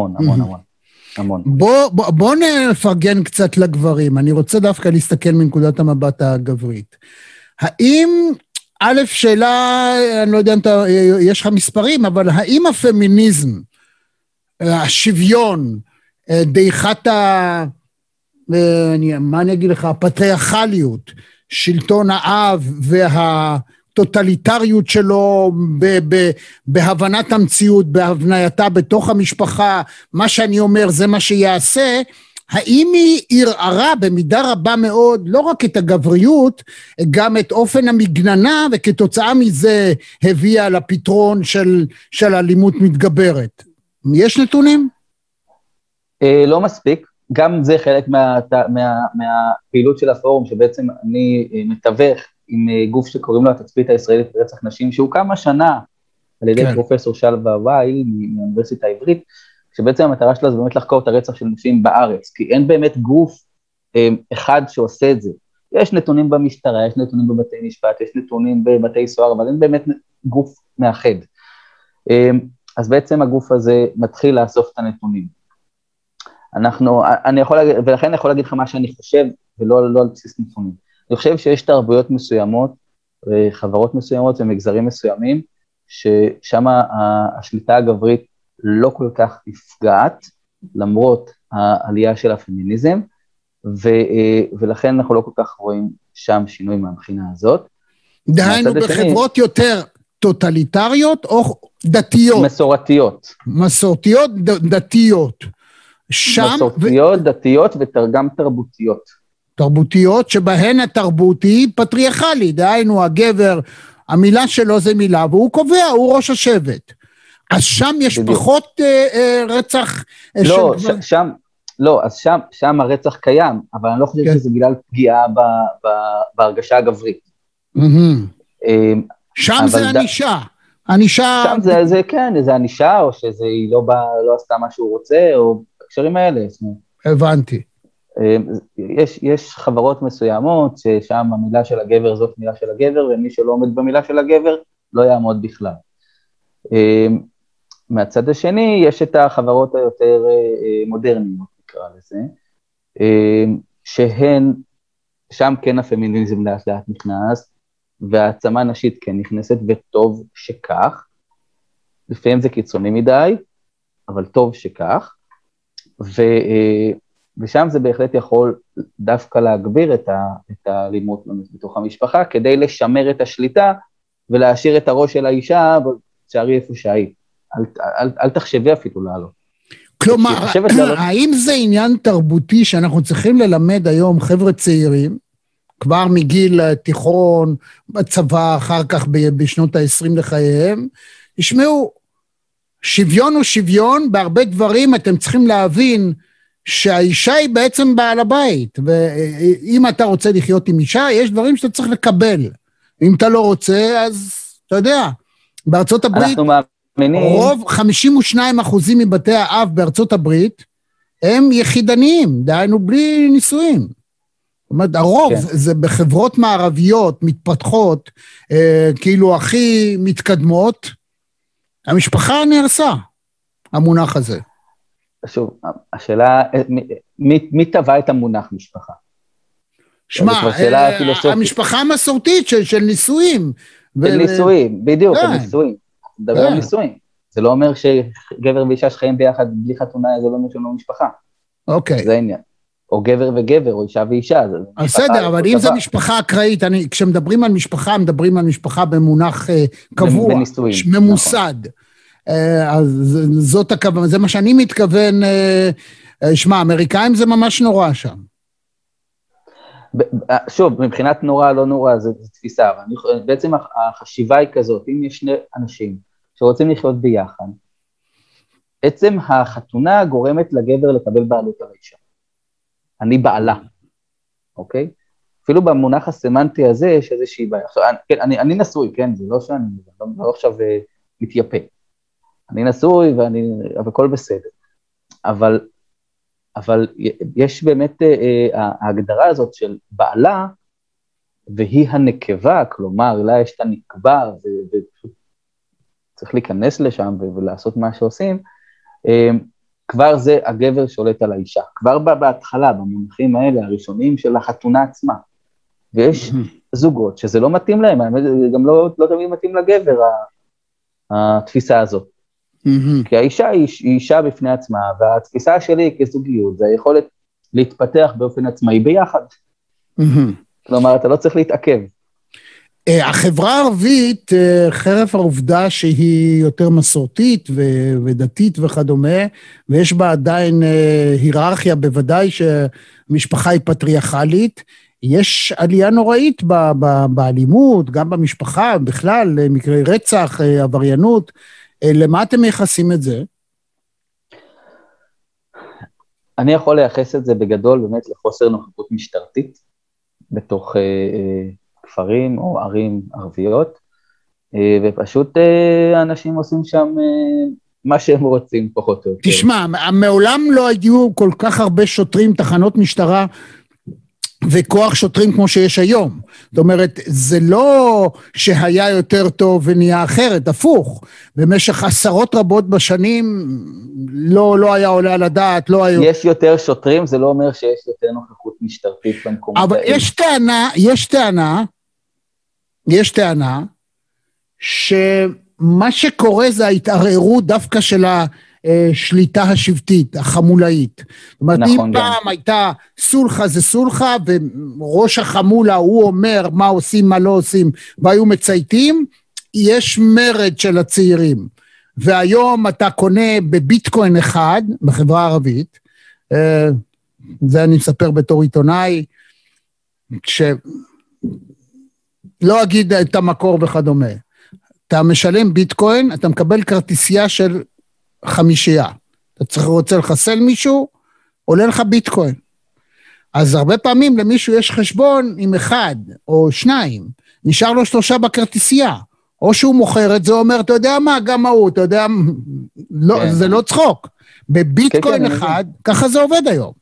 Speaker 1: בוא נפרגן קצת לגברים, אני רוצה דווקא להסתכל מנקודת המבט הגברית. האם, א', שאלה, אני לא יודע אם יש לך מספרים, אבל האם הפמיניזם, השוויון, דעיכת מה אני אגיד לך, הפטריארכליות, שלטון האב והטוטליטריות שלו בהבנת המציאות, בהבנייתה בתוך המשפחה, מה שאני אומר זה מה שיעשה, האם היא ערערה במידה רבה מאוד, לא רק את הגבריות, גם את אופן המגננה, וכתוצאה מזה הביאה לפתרון של אלימות מתגברת? יש נתונים?
Speaker 2: לא מספיק. גם זה חלק מהפעילות של הפורום, שבעצם אני מתווך עם גוף שקוראים לו התצפית הישראלית ברצח נשים, שהוקם השנה על ידי פרופסור שלווה וייל מהאוניברסיטה העברית, שבעצם המטרה שלה זה באמת לחקור את הרצח של נשים בארץ, כי אין באמת גוף אחד שעושה את זה. יש נתונים במשטרה, יש נתונים בבתי משפט, יש נתונים בבתי סוהר, אבל אין באמת גוף מאחד. אז בעצם הגוף הזה מתחיל לאסוף את הנתונים. ולכן אני יכול להגיד לך מה שאני חושב, ולא על בסיס נתונים. אני חושב שיש תרבויות מסוימות, חברות מסוימות ומגזרים מסוימים, ששם השליטה הגברית לא כל כך נפגעת, למרות העלייה של הפמיניזם, ולכן אנחנו לא כל כך רואים שם שינוי מהבחינה הזאת.
Speaker 1: דהיינו בחברות יותר טוטליטריות או דתיות? מסורתיות, דתיות.
Speaker 2: מסורתיות, דתיות וגם תרבותיות.
Speaker 1: תרבותיות, שבהן התרבות היא פטריארכלי, דהיינו הגבר, המילה שלו זה מילה, והוא קובע, הוא ראש השבט. אז שם יש פחות רצח...
Speaker 2: אז שם הרצח קיים, אבל אני לא חושב שזה בגלל פגיעה בהרגשה הגברית.
Speaker 1: שם זה אנישה.
Speaker 2: שם זה כן, זה אנישה, או שזה לא עשתה מה שהוא רוצה, או הקשרים האלה.
Speaker 1: הבנתי.
Speaker 2: יש חברות מסוימות, ששם המילה של הגבר זאת מילה של הגבר, ומי שלא עומד במילה של הגבר, לא יעמוד בכלל. מהצד השני, יש את החברות היותר מודרניות, נקרא לזה, שהן, שם כן הפמיניזם לאט לאט נכנס, והעצמה הנשית כן נכנסת, וטוב שכך, לפעמים זה קיצוני מדי, אבל טוב שכך, ושם זה בהחלט יכול דווקא להגביר את האלימות בתוך המשפחה, כדי לשמר את השליטה, ולהשאיר את הראש של האישה, שערי איפה שהיית. אל תחשבי אפילו לעלות.
Speaker 1: כלומר, האם זה עניין תרבותי שאנחנו צריכים ללמד היום חבר'ה צעירים, כבר מגיל תיכון, בצבא, אחר כך בשנות ה-20 לחייהם, ישמעו, שוויון הוא שוויון, בהרבה דברים אתם צריכים להבין שהאישה היא בעצם בעל הבית, ואם אתה רוצה לחיות עם אישה, יש דברים שאתה צריך לקבל. אם אתה לא רוצה, אז אתה יודע, בארצות הברית, רוב 52% מבתי האב בארצות הברית, הם יחידניים, דהיינו בלי נישואים. זאת אומרת, הרוב זה בחברות מערביות, מתפתחות, כאילו הכי מתקדמות, המשפחה נהרסה, המונח הזה.
Speaker 2: שוב, השאלה, מי טבע את המונח משפחה?
Speaker 1: שמע, המשפחה המסורתית של נישואים.
Speaker 2: של נישואים, בדיוק, של נישואים. מדבר על נישואים. זה לא אומר שגבר ואישה שחיים ביחד בלי חתונה, זה לא אומר שהם לא משפחה.
Speaker 1: אוקיי.
Speaker 2: זה העניין. או גבר וגבר, או אישה ואישה.
Speaker 1: בסדר, אבל אם זה משפחה אקראית, כשמדברים על משפחה, מדברים על משפחה במונח קבוע, ממוסד. אז זאת הכוונה, זה מה שאני מתכוון, שמע, אמריקאים זה ממש נורא שם.
Speaker 2: שוב, מבחינת נורא, לא נורא, זה תפיסה, אבל בעצם החשיבה היא כזאת, אם יש שני אנשים שרוצים לחיות ביחד, בעצם החתונה גורמת לגבר לקבל בעלות על האישה. אני בעלה, אוקיי? אפילו במונח הסמנטי הזה יש איזושהי בעיה. כן, אני נשוי, כן, זה לא שאני, לא עכשיו מתייפה. אני נשוי והכל בסדר. אבל יש באמת ההגדרה הזאת של בעלה, והיא הנקבה, כלומר, לה יש את הנקבה, וצריך להיכנס לשם ולעשות מה שעושים, כבר זה הגבר שולט על האישה. כבר בהתחלה, במונחים האלה, הראשונים של החתונה עצמה. ויש זוגות שזה לא מתאים להם, גם לא תמיד מתאים לגבר, התפיסה הזאת. כי האישה היא אישה בפני עצמה, והתפיסה שלי כזוגיות, זה היכולת להתפתח באופן עצמאי ביחד. כלומר, אתה לא צריך להתעכב.
Speaker 1: החברה הערבית, חרף העובדה שהיא יותר מסורתית ודתית וכדומה, ויש בה עדיין היררכיה, בוודאי שמשפחה היא פטריארכלית, יש עלייה נוראית באלימות, גם במשפחה, בכלל, מקרי רצח, עבריינות. למה אתם מייחסים את זה?
Speaker 2: אני יכול לייחס את זה בגדול באמת לחוסר נוכחות משטרתית, בתוך כפרים או ערים ערביות, ופשוט אנשים עושים שם מה שהם רוצים פחות או יותר.
Speaker 1: תשמע, מעולם לא היו כל כך הרבה שוטרים, תחנות משטרה, וכוח שוטרים כמו שיש היום. זאת אומרת, זה לא שהיה יותר טוב ונהיה אחרת, הפוך. במשך עשרות רבות בשנים לא היה עולה על הדעת, לא היו...
Speaker 2: יש יותר שוטרים, זה לא אומר שיש יותר נוכחות משטרתית במקומות
Speaker 1: אבל האלה. יש טענה שמה שקורה זה ההתערערות דווקא של השליטה השבטית, החמולאית. זאת אומרת,
Speaker 2: נכון,
Speaker 1: אם פעם הייתה סולחה זה סולחה, וראש החמולה הוא אומר מה עושים, מה לא עושים, והיו מצייתים, יש מרד של הצעירים, והיום אתה קונה בביטקוין אחד, בחברה הערבית, זה אני מספר בתור עיתונאי, שלא אגיד את המקור וכדומה, אתה משלם ביטקוין, אתה מקבל כרטיסייה של 5, אתה רוצה לחסל מישהו, עולה לך ביטקוין. אז הרבה פעמים למישהו יש חשבון עם 1 או 2, נשאר לו 3 בכרטיסייה, או שהוא מוכר את זה, אומר, אתה יודע מה, גם הוא, אתה יודע, לא, כן. זה לא צחוק. בביטקוין כן, אחד, ככה זה עובד היום.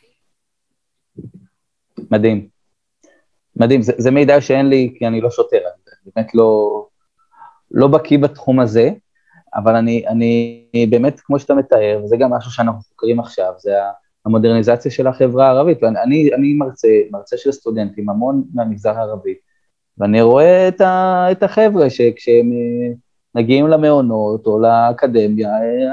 Speaker 2: מדהים. מדהים, זה מידע שאין לי, כי אני לא שוטר, אני באמת לא בקיא בתחום הזה, אבל אני באמת, כמו שאתה מתאר, וזה גם משהו שאנחנו חוקרים עכשיו, זה המודרניזציה של החברה הערבית, ואני מרצה של סטודנטים, המון מהמגזר הערבי, ואני רואה את החבר'ה שכשהם מגיעים למעונות או לאקדמיה,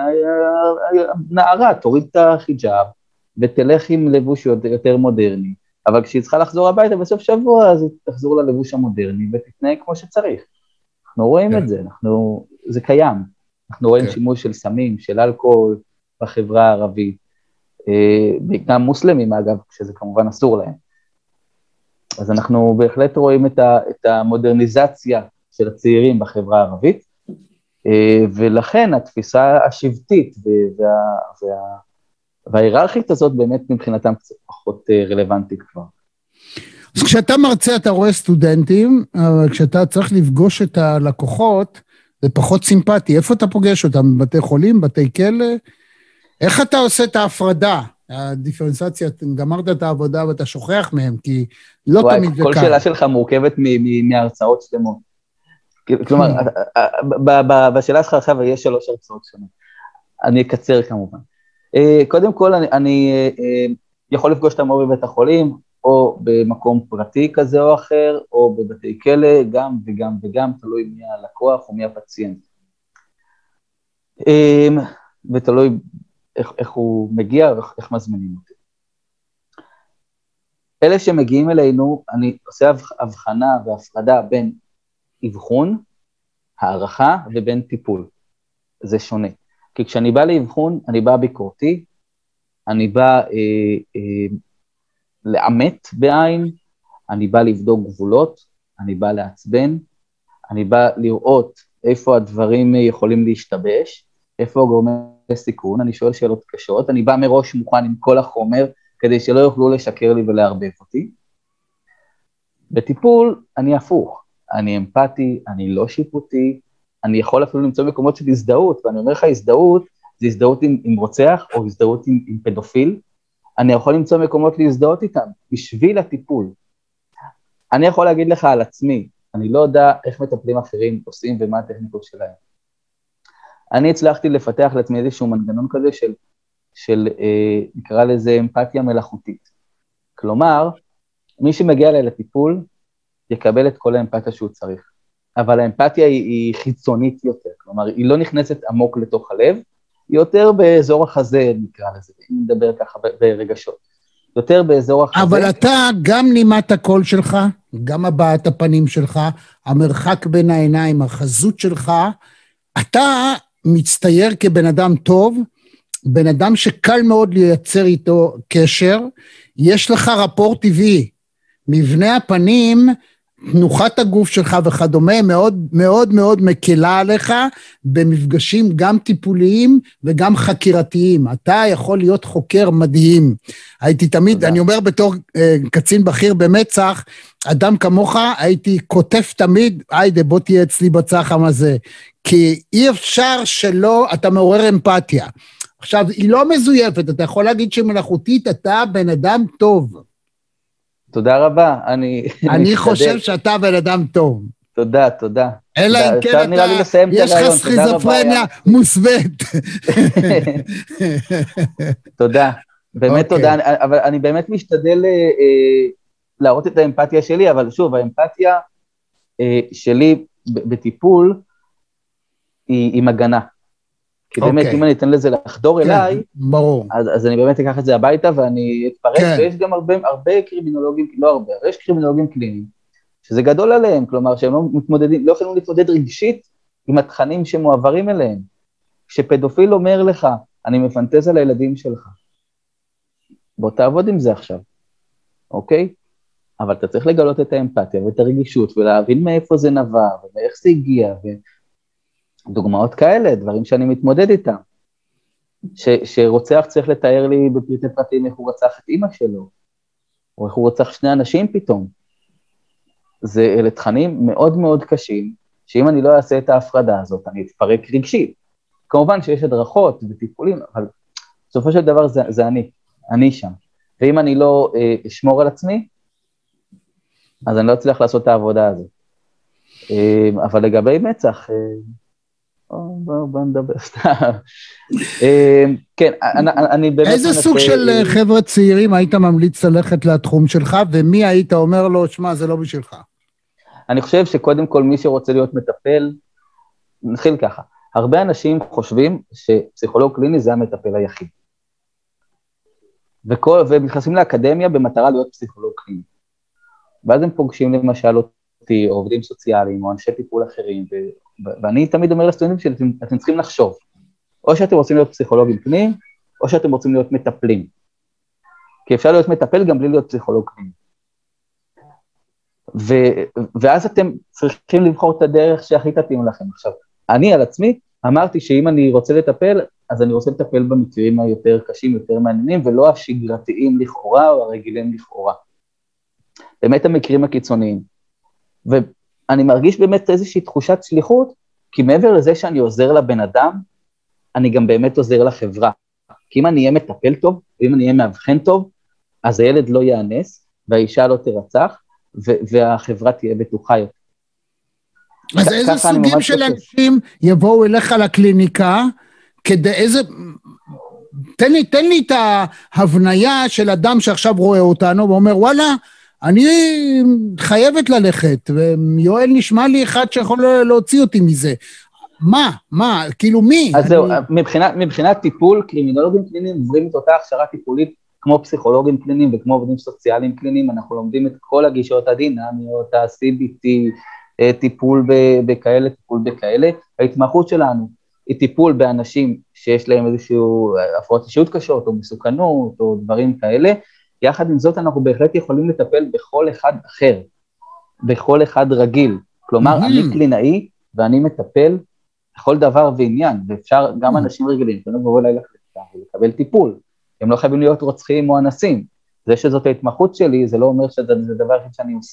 Speaker 2: נערה תוריד את החיג'אב ותלך עם לבוש יותר מודרני, אבל כשהיא צריכה לחזור הביתה בסוף שבוע, אז היא תחזור ללבוש המודרני ותתנהג כמו שצריך. אנחנו רואים את זה, זה קיים. אנחנו רואים שימוש של סמים, של אלכוהול בחברה הערבית, גם מוסלמים אגב, שזה כמובן אסור להם. אז אנחנו בהחלט רואים את המודרניזציה של הצעירים בחברה הערבית, ולכן התפיסה השבטית וההיררכית הזאת באמת מבחינתם קצת פחות רלוונטית כבר.
Speaker 1: אז כשאתה מרצה אתה רואה סטודנטים, אבל כשאתה צריך לפגוש את הלקוחות, זה פחות סימפטי. איפה אתה פוגש אותם? בבתי חולים, בתי כלא? איך אתה עושה את ההפרדה? הדיפרנציאציה, גמרת את העבודה ואתה שוכח מהם, כי לא תמיד זה
Speaker 2: כל
Speaker 1: קל.
Speaker 2: שאלה שלך מורכבת מהרצאות שלמות. כלומר, בשאלה שלך עכשיו יש 3 הרצאות שונות. אני אקצר כמובן. קודם כל, אני יכול לפגוש את המורה בבית החולים, או במקום פרטי כזה או אחר, או בבתי כלא, גם וגם וגם, תלוי מי הלקוח או מי הפציינט. ותלוי איך הוא מגיע ואיך מזמינים אותי. אלה שמגיעים אלינו, אני עושה הבחנה והפרדה בין אבחון, הערכה ובין טיפול. זה שונה. כי כשאני בא לאבחון, אני בא ביקורתי, אני בא לאמת בעין, אני בא לבדוק גבולות, אני בא לעצבן, אני בא לראות איפה הדברים יכולים להשתבש, איפה גורמי סיכון, אני שואל שאלות קשות, אני בא מראש מוכן עם כל החומר, כדי שלא יוכלו לשקר לי ולהרבב אותי. בטיפול אני הפוך, אני אמפתי, אני לא שיפוטי, אני יכול אפילו למצוא מקומות של הזדהות, ואני אומר לך הזדהות, זה הזדהות עם רוצח או הזדהות עם פדופיל, אני יכול למצוא מקומות להזדהות איתם, בשביל הטיפול. אני יכול להגיד לך על עצמי, אני לא יודע איך מטפלים אחרים עושים ומה הטכניקות שלהם. אני הצלחתי לפתח לעצמי איזשהו מנגנון כזה של נקרא לזה אמפתיה מלאכותית. כלומר, מי שמגיע אליי לטיפול, יקבל את כל האמפתיה שהוא צריך. אבל האמפתיה היא חיצונית יותר, כלומר, היא לא נכנסת עמוק לתוך הלב, היא יותר באזור החזה, נקרא לזה, אם נדבר ככה ברגשות. יותר באזור החזה.
Speaker 1: אבל אתה גם נימת הקול שלך, גם הבעת הפנים שלך, המרחק בין העיניים, החזות שלך, אתה מצטייר כבן אדם טוב, בן אדם שקל מאוד לייצר איתו קשר, יש לך רפור טבעי, מבנה הפנים, תנוחת הגוף שלך וכדומה, מאוד מאוד מאוד מקלה עליך, במפגשים גם טיפוליים וגם חקירתיים. אתה יכול להיות חוקר מדהים. הייתי תמיד, אני אומר בתור קצין בכיר במצ"ח, אדם כמוך, הייתי כותב תמיד, היידה בוא תהיה אצלי בצח"ם הזה, כי אי אפשר שלא, אתה מעורר אמפתיה. עכשיו, היא לא מזויפת, אתה יכול להגיד שמלאכותית, אתה בן אדם טוב.
Speaker 2: תודה רבה,
Speaker 1: אני חושב שאתה בן אדם טוב.
Speaker 2: תודה, תודה.
Speaker 1: אלא אם כן יש לך סכיזופרניה מוסווית.
Speaker 2: תודה, באמת תודה, אבל אני באמת משתדל להראות את האמפתיה שלי, אבל שוב, האמפתיה שלי בטיפול היא מגנה. כי באמת, אם אני אתן לזה לחדור אליי, אז אני באמת אקח את זה הביתה, ואני אתפרק, ויש גם הרבה קרימינולוגים, לא הרבה, יש קרימינולוגים קליניים, שזה גדול עליהם, כלומר שהם לא יכולים להתמודד רגשית עם התכנים שמועברים אליהם. כשפדופיל אומר לך, אני מפנטז על הילדים שלך, בוא תעבוד עם זה עכשיו, אוקיי? אבל אתה צריך לגלות את האמפתיה ואת הרגישות, ולהבין מאיפה זה נבע, ומאיך זה הגיע, ודוגמאות כאלה, דברים שאני מתמודד איתם. שרוצח צריך לתאר לי בפרטי פרטים איך הוא רצח את אמא שלו, או איך הוא רצח שני אנשים פתאום. אלה תכנים מאוד מאוד קשים, שאם אני לא אעשה את ההפרדה הזאת, אני אתפרק רגשית. כמובן שיש הדרכות וטיפולים, אבל בסופו של דבר זה אני שם. ואם אני לא אשמור על עצמי, אז אני לא אצליח לעשות את העבודה הזאת. אבל לגבי מצח, בוא נדבר סתם. כן, אני באמת...
Speaker 1: איזה סוג של חבר'ה צעירים היית ממליץ ללכת לתחום שלך, ומי היית אומר לו, שמע, זה לא בשבילך?
Speaker 2: אני חושב שקודם כל מי שרוצה להיות מטפל, נתחיל ככה, הרבה אנשים חושבים שפסיכולוג קליני זה המטפל היחיד. ומתחסים לאקדמיה במטרה להיות פסיכולוג קליני. ואז הם פוגשים למשל אותי, או עובדים סוציאליים, או אנשי טיפול אחרים, ואני תמיד אומר לסטודנטים שאתם צריכים לחשוב, או שאתם רוצים להיות פסיכולוגים קליניים, או שאתם רוצים להיות מטפלים. כי אפשר להיות מטפל גם בלי להיות פסיכולוג קליני. ואז אתם צריכים לבחור את הדרך שהכי תתאים לכם. עכשיו, אני על עצמי אמרתי שאם אני רוצה לטפל, אז אני רוצה לטפל במקרים היותר קשים, יותר מעניינים, ולא השגרתיים לכאורה, או הרגילים לכאורה. באמת המקרים הקיצוניים. ואני מרגיש באמת איזושהי תחושת שליחות, כי מעבר לזה שאני עוזר לבן אדם, אני גם באמת עוזר לחברה. כי אם אני אהיה מטפל טוב, ואם אני אהיה מאבחן טוב, אז הילד לא יאנס, והאישה לא תרצח, והחברה תהיה בטוחה יותר.
Speaker 1: אז איזה סוגים של אנשים יבואו אליך לקליניקה, כדי איזה... תן לי את ההבניה של אדם שעכשיו רואה אותנו, ואומר, וואלה, אני חייבת ללכת, ויואל נשמע לי אחד שיכול להוציא אותי מזה. מה? כאילו מי?
Speaker 2: אז זהו, מבחינת טיפול, קרימינולוגים קליניים עוברים את אותה הכשרה טיפולית, כמו פסיכולוגים קליניים וכמו עובדים סוציאליים קליניים, אנחנו לומדים את כל הגישות הדינמיות, ה-CBT, טיפול בכאלה. ההתמחות שלנו היא טיפול באנשים שיש להם איזשהו הפרעות אישיות קשות, או מסוכנות, או דברים כאלה. יחד עם זאת, אנחנו בהחלט יכולים לטפל בכל אחד אחר, בכל אחד רגיל. כלומר, אני קלינאי, ואני מטפל בכל דבר ועניין, ואפשר גם אנשים רגילים, לבוא אליי ולקבל טיפול. הם לא חייבים להיות רוצחים או אנסים. זה שזאת ההתמחות שלי, זה לא אומר שזה דבר שאני עושה.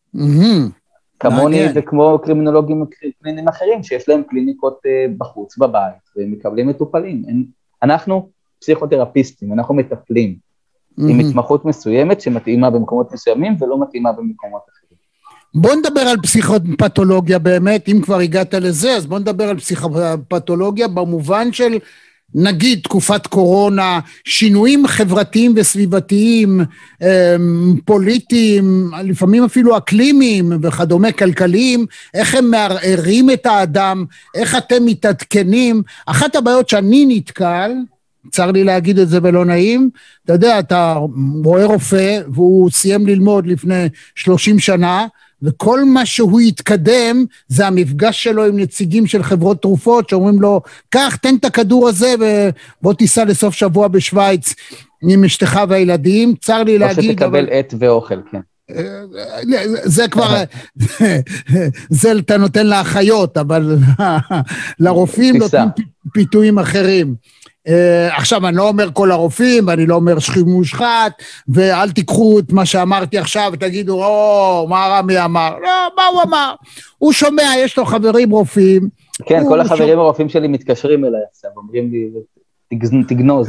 Speaker 2: כמוני וכמו קרימינולוגים קליניים אחרים, שיש להם קליניקות בחוץ, בבית, והם מקבלים מטופלים. אנחנו פסיכותרפיסטים, אנחנו מטפלים, עם התמחות מסוימת שמתאימה במקומות מסוימים, ולא מתאימה במקומות אחרים.
Speaker 1: בוא נדבר על פסיכופתולוגיה באמת, אם כבר הגעת לזה, אז בוא נדבר על פסיכופתולוגיה במובן של, נגיד, תקופת קורונה, שינויים חברתיים וסביבתיים, פוליטיים, לפעמים אפילו אקלימיים וכדומה כלכליים, איך הם מערערים את האדם, איך אתם מתעדכנים. אחת הבעיות שאני נתקל, צר לי להגיד את זה ולא נעים, אתה יודע, אתה רואה רופא, והוא סיים ללמוד לפני 30 שנה, וכל מה שהוא יתקדם, זה המפגש שלו עם נציגים של חברות תרופות, שאומרים לו, קח, תן את הכדור הזה, ובוא תיסע לסוף שבוע בשוויץ, עם אשתך והילדים, צר לי להגיד...
Speaker 2: או שתקבל עת ואוכל, כן.
Speaker 1: זה כבר, זה אתה נותן לאחיות, אבל לרופאים נותנים פיתויים אחרים. עכשיו אני לא אומר כל הרופאים, ואני לא אומר שכיב מושחת, ואל תיקחו את מה שאמרתי עכשיו ותגידו, מה רמי אמר? לא, מה הוא אמר? הוא שומע, יש לו חברים רופאים.
Speaker 2: כן, כל החברים הרופאים שלי מתקשרים אליי עכשיו, אומרים לי, תגנוז.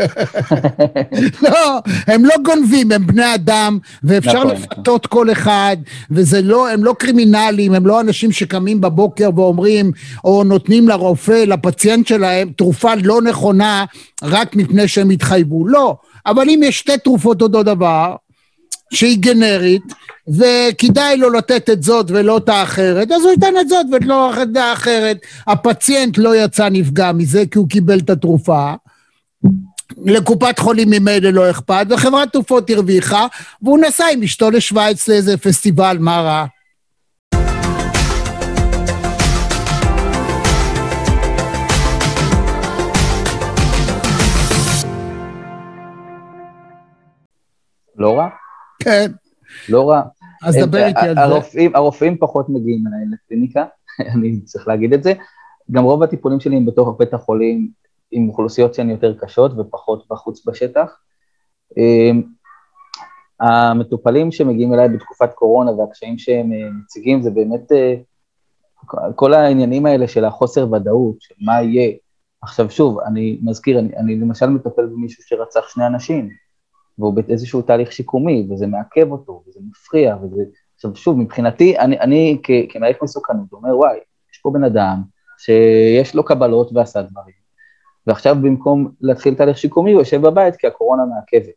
Speaker 1: לא, הם לא גונבים, הם בני אדם, ואפשר לפתות כל אחד, וזה לא, הם לא קרימינלים, הם לא אנשים שקמים בבוקר ואומרים, או נותנים לרופא, לפציינט שלהם, תרופה לא נכונה, רק מפני שהם התחייבו. לא, אבל אם יש שתי תרופות אותו דבר, שהיא גנרית, וכדאי לו לתת את זאת ולא את האחרת, אז הוא ייתן את זאת ולא את האחרת. הפציינט לא יצא נפגע מזה, כי הוא קיבל את התרופה, לקופת חולים ממילא לא אכפת, וחברת תרופות הרוויחה, והוא נסע עם אשתו לשוויץ לאיזה פסטיבל, מה רע?
Speaker 2: לא רע?
Speaker 1: כן.
Speaker 2: לא רע.
Speaker 1: אז דבר איתי על זה.
Speaker 2: הרופאים פחות מגיעים אליי לקליניקה, אני צריך להגיד את זה. גם רוב הטיפולים שלי הם בתוך בית החולים, עם אוכלוסיות שהן יותר קשות ופחות בחוץ בשטח. המטופלים שמגיעים אליי בתקופת קורונה והקשיים שהם מציגים, זה באמת כל העניינים האלה של החוסר ודאות, של מה יהיה. עכשיו שוב, אני מזכיר, אני למשל מטפל במישהו שרצח 2 אנשים, והוא באיזשהו תהליך שיקומי, וזה מעכב אותו, וזה מפריע, וזה... עכשיו שוב, מבחינתי, אני כמעריך מסוכנות, אומר, וואי, יש פה בן אדם שיש לו קבלות ועשה דברים, ועכשיו במקום להתחיל תהליך שיקומי, הוא יושב בבית כי הקורונה מעכבת.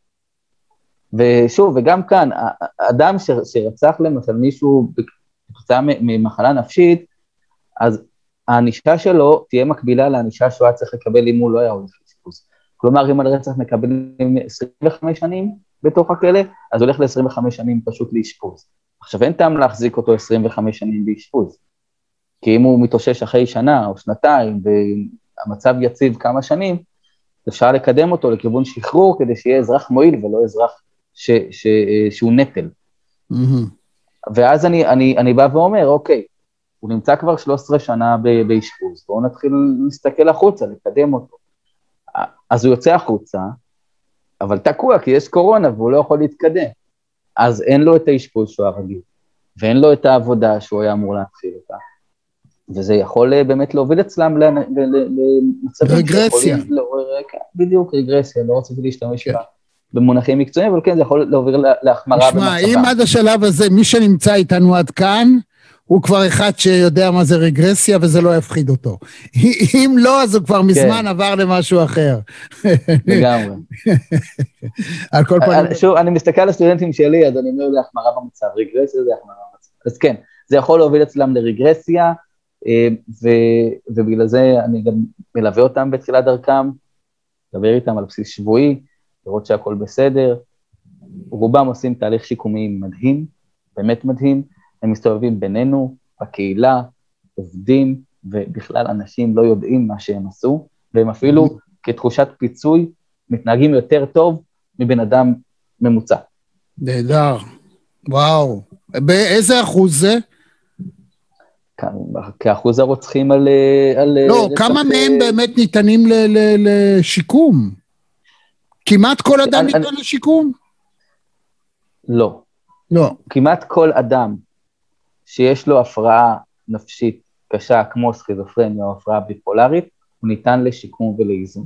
Speaker 2: ושוב, וגם כאן, האדם שרצח למשל מישהו בתוצאה ממחלה נפשית, אז הענישה שלו תהיה מקבילה לענישה שהוא היה צריך לקבל אם הוא לא היה הולך לאשפוז. כלומר, אם על רצח מקבלים 25 שנים בתוך הכלא, אז הולך ל-25 שנים פשוט לאשפוז. עכשיו, אין טעם להחזיק אותו 25 שנים באשפוז, כי אם הוא מתאושש אחרי שנה או שנתיים, והמצב יציב כמה שנים, אפשר לקדם אותו לכיוון שחרור, כדי שיהיה אזרח מועיל ולא אזרח שהוא נטל. ואז אני בא ואומר, אוקיי, הוא נמצא כבר 13 שנה באשפוז, בואו נתחיל להסתכל החוצה, לקדם אותו. אז הוא יוצא החוצה, אבל תקוע, כי יש קורונה, והוא לא יכול להתקדם. אז אין לו את האשפוז שהוא הרגיל, ואין לו את העבודה שהוא היה אמור להתחיל אותה. וזה יכול באמת להוביל אצלם למצבים
Speaker 1: רגרסיה.
Speaker 2: בדיוק, רגרסיה, לא רציתי להשתמש במונחים מקצועיים, אבל כן, זה יכול להוביל להחמרה במצבה.
Speaker 1: תשמע, אם עד השלב הזה, מי שנמצא איתנו עד כאן, הוא כבר אחד שיודע מה זה רגרסיה, וזה לא יפחיד אותו. אם לא, אז הוא כבר מזמן עבר למשהו אחר.
Speaker 2: לגמרי.
Speaker 1: על כל פנים...
Speaker 2: שוב, אני מסתכל על הסטודנטים שלי, אז אני אומר להחמרה במצב, רגרסיה זה החמרה במצב. אז כן, זה יכול להוביל אצלם לרגרסיה, ובגלל זה אני גם מלווה אותם בתחילת דרכם, מדבר איתם על בסיס שבועי, לראות שהכל בסדר. רובם עושים תהליך שיקומי מדהים, באמת מדהים, הם מסתובבים בינינו, בקהילה, עובדים, ובכלל אנשים לא יודעים מה שהם עשו, והם אפילו כתחושת פיצוי, מתנהגים יותר טוב מבן אדם ממוצע.
Speaker 1: נהדר, וואו. באיזה אחוז זה?
Speaker 2: כאחוז הרוצחים על...
Speaker 1: לא, כמה מהם באמת ניתנים לשיקום? כמעט כל אדם ניתן לשיקום?
Speaker 2: לא.
Speaker 1: לא.
Speaker 2: כמעט כל אדם שיש לו הפרעה נפשית קשה, כמו סכיזופרניה או הפרעה ביפולרית, הוא ניתן לשיקום ולאיזון.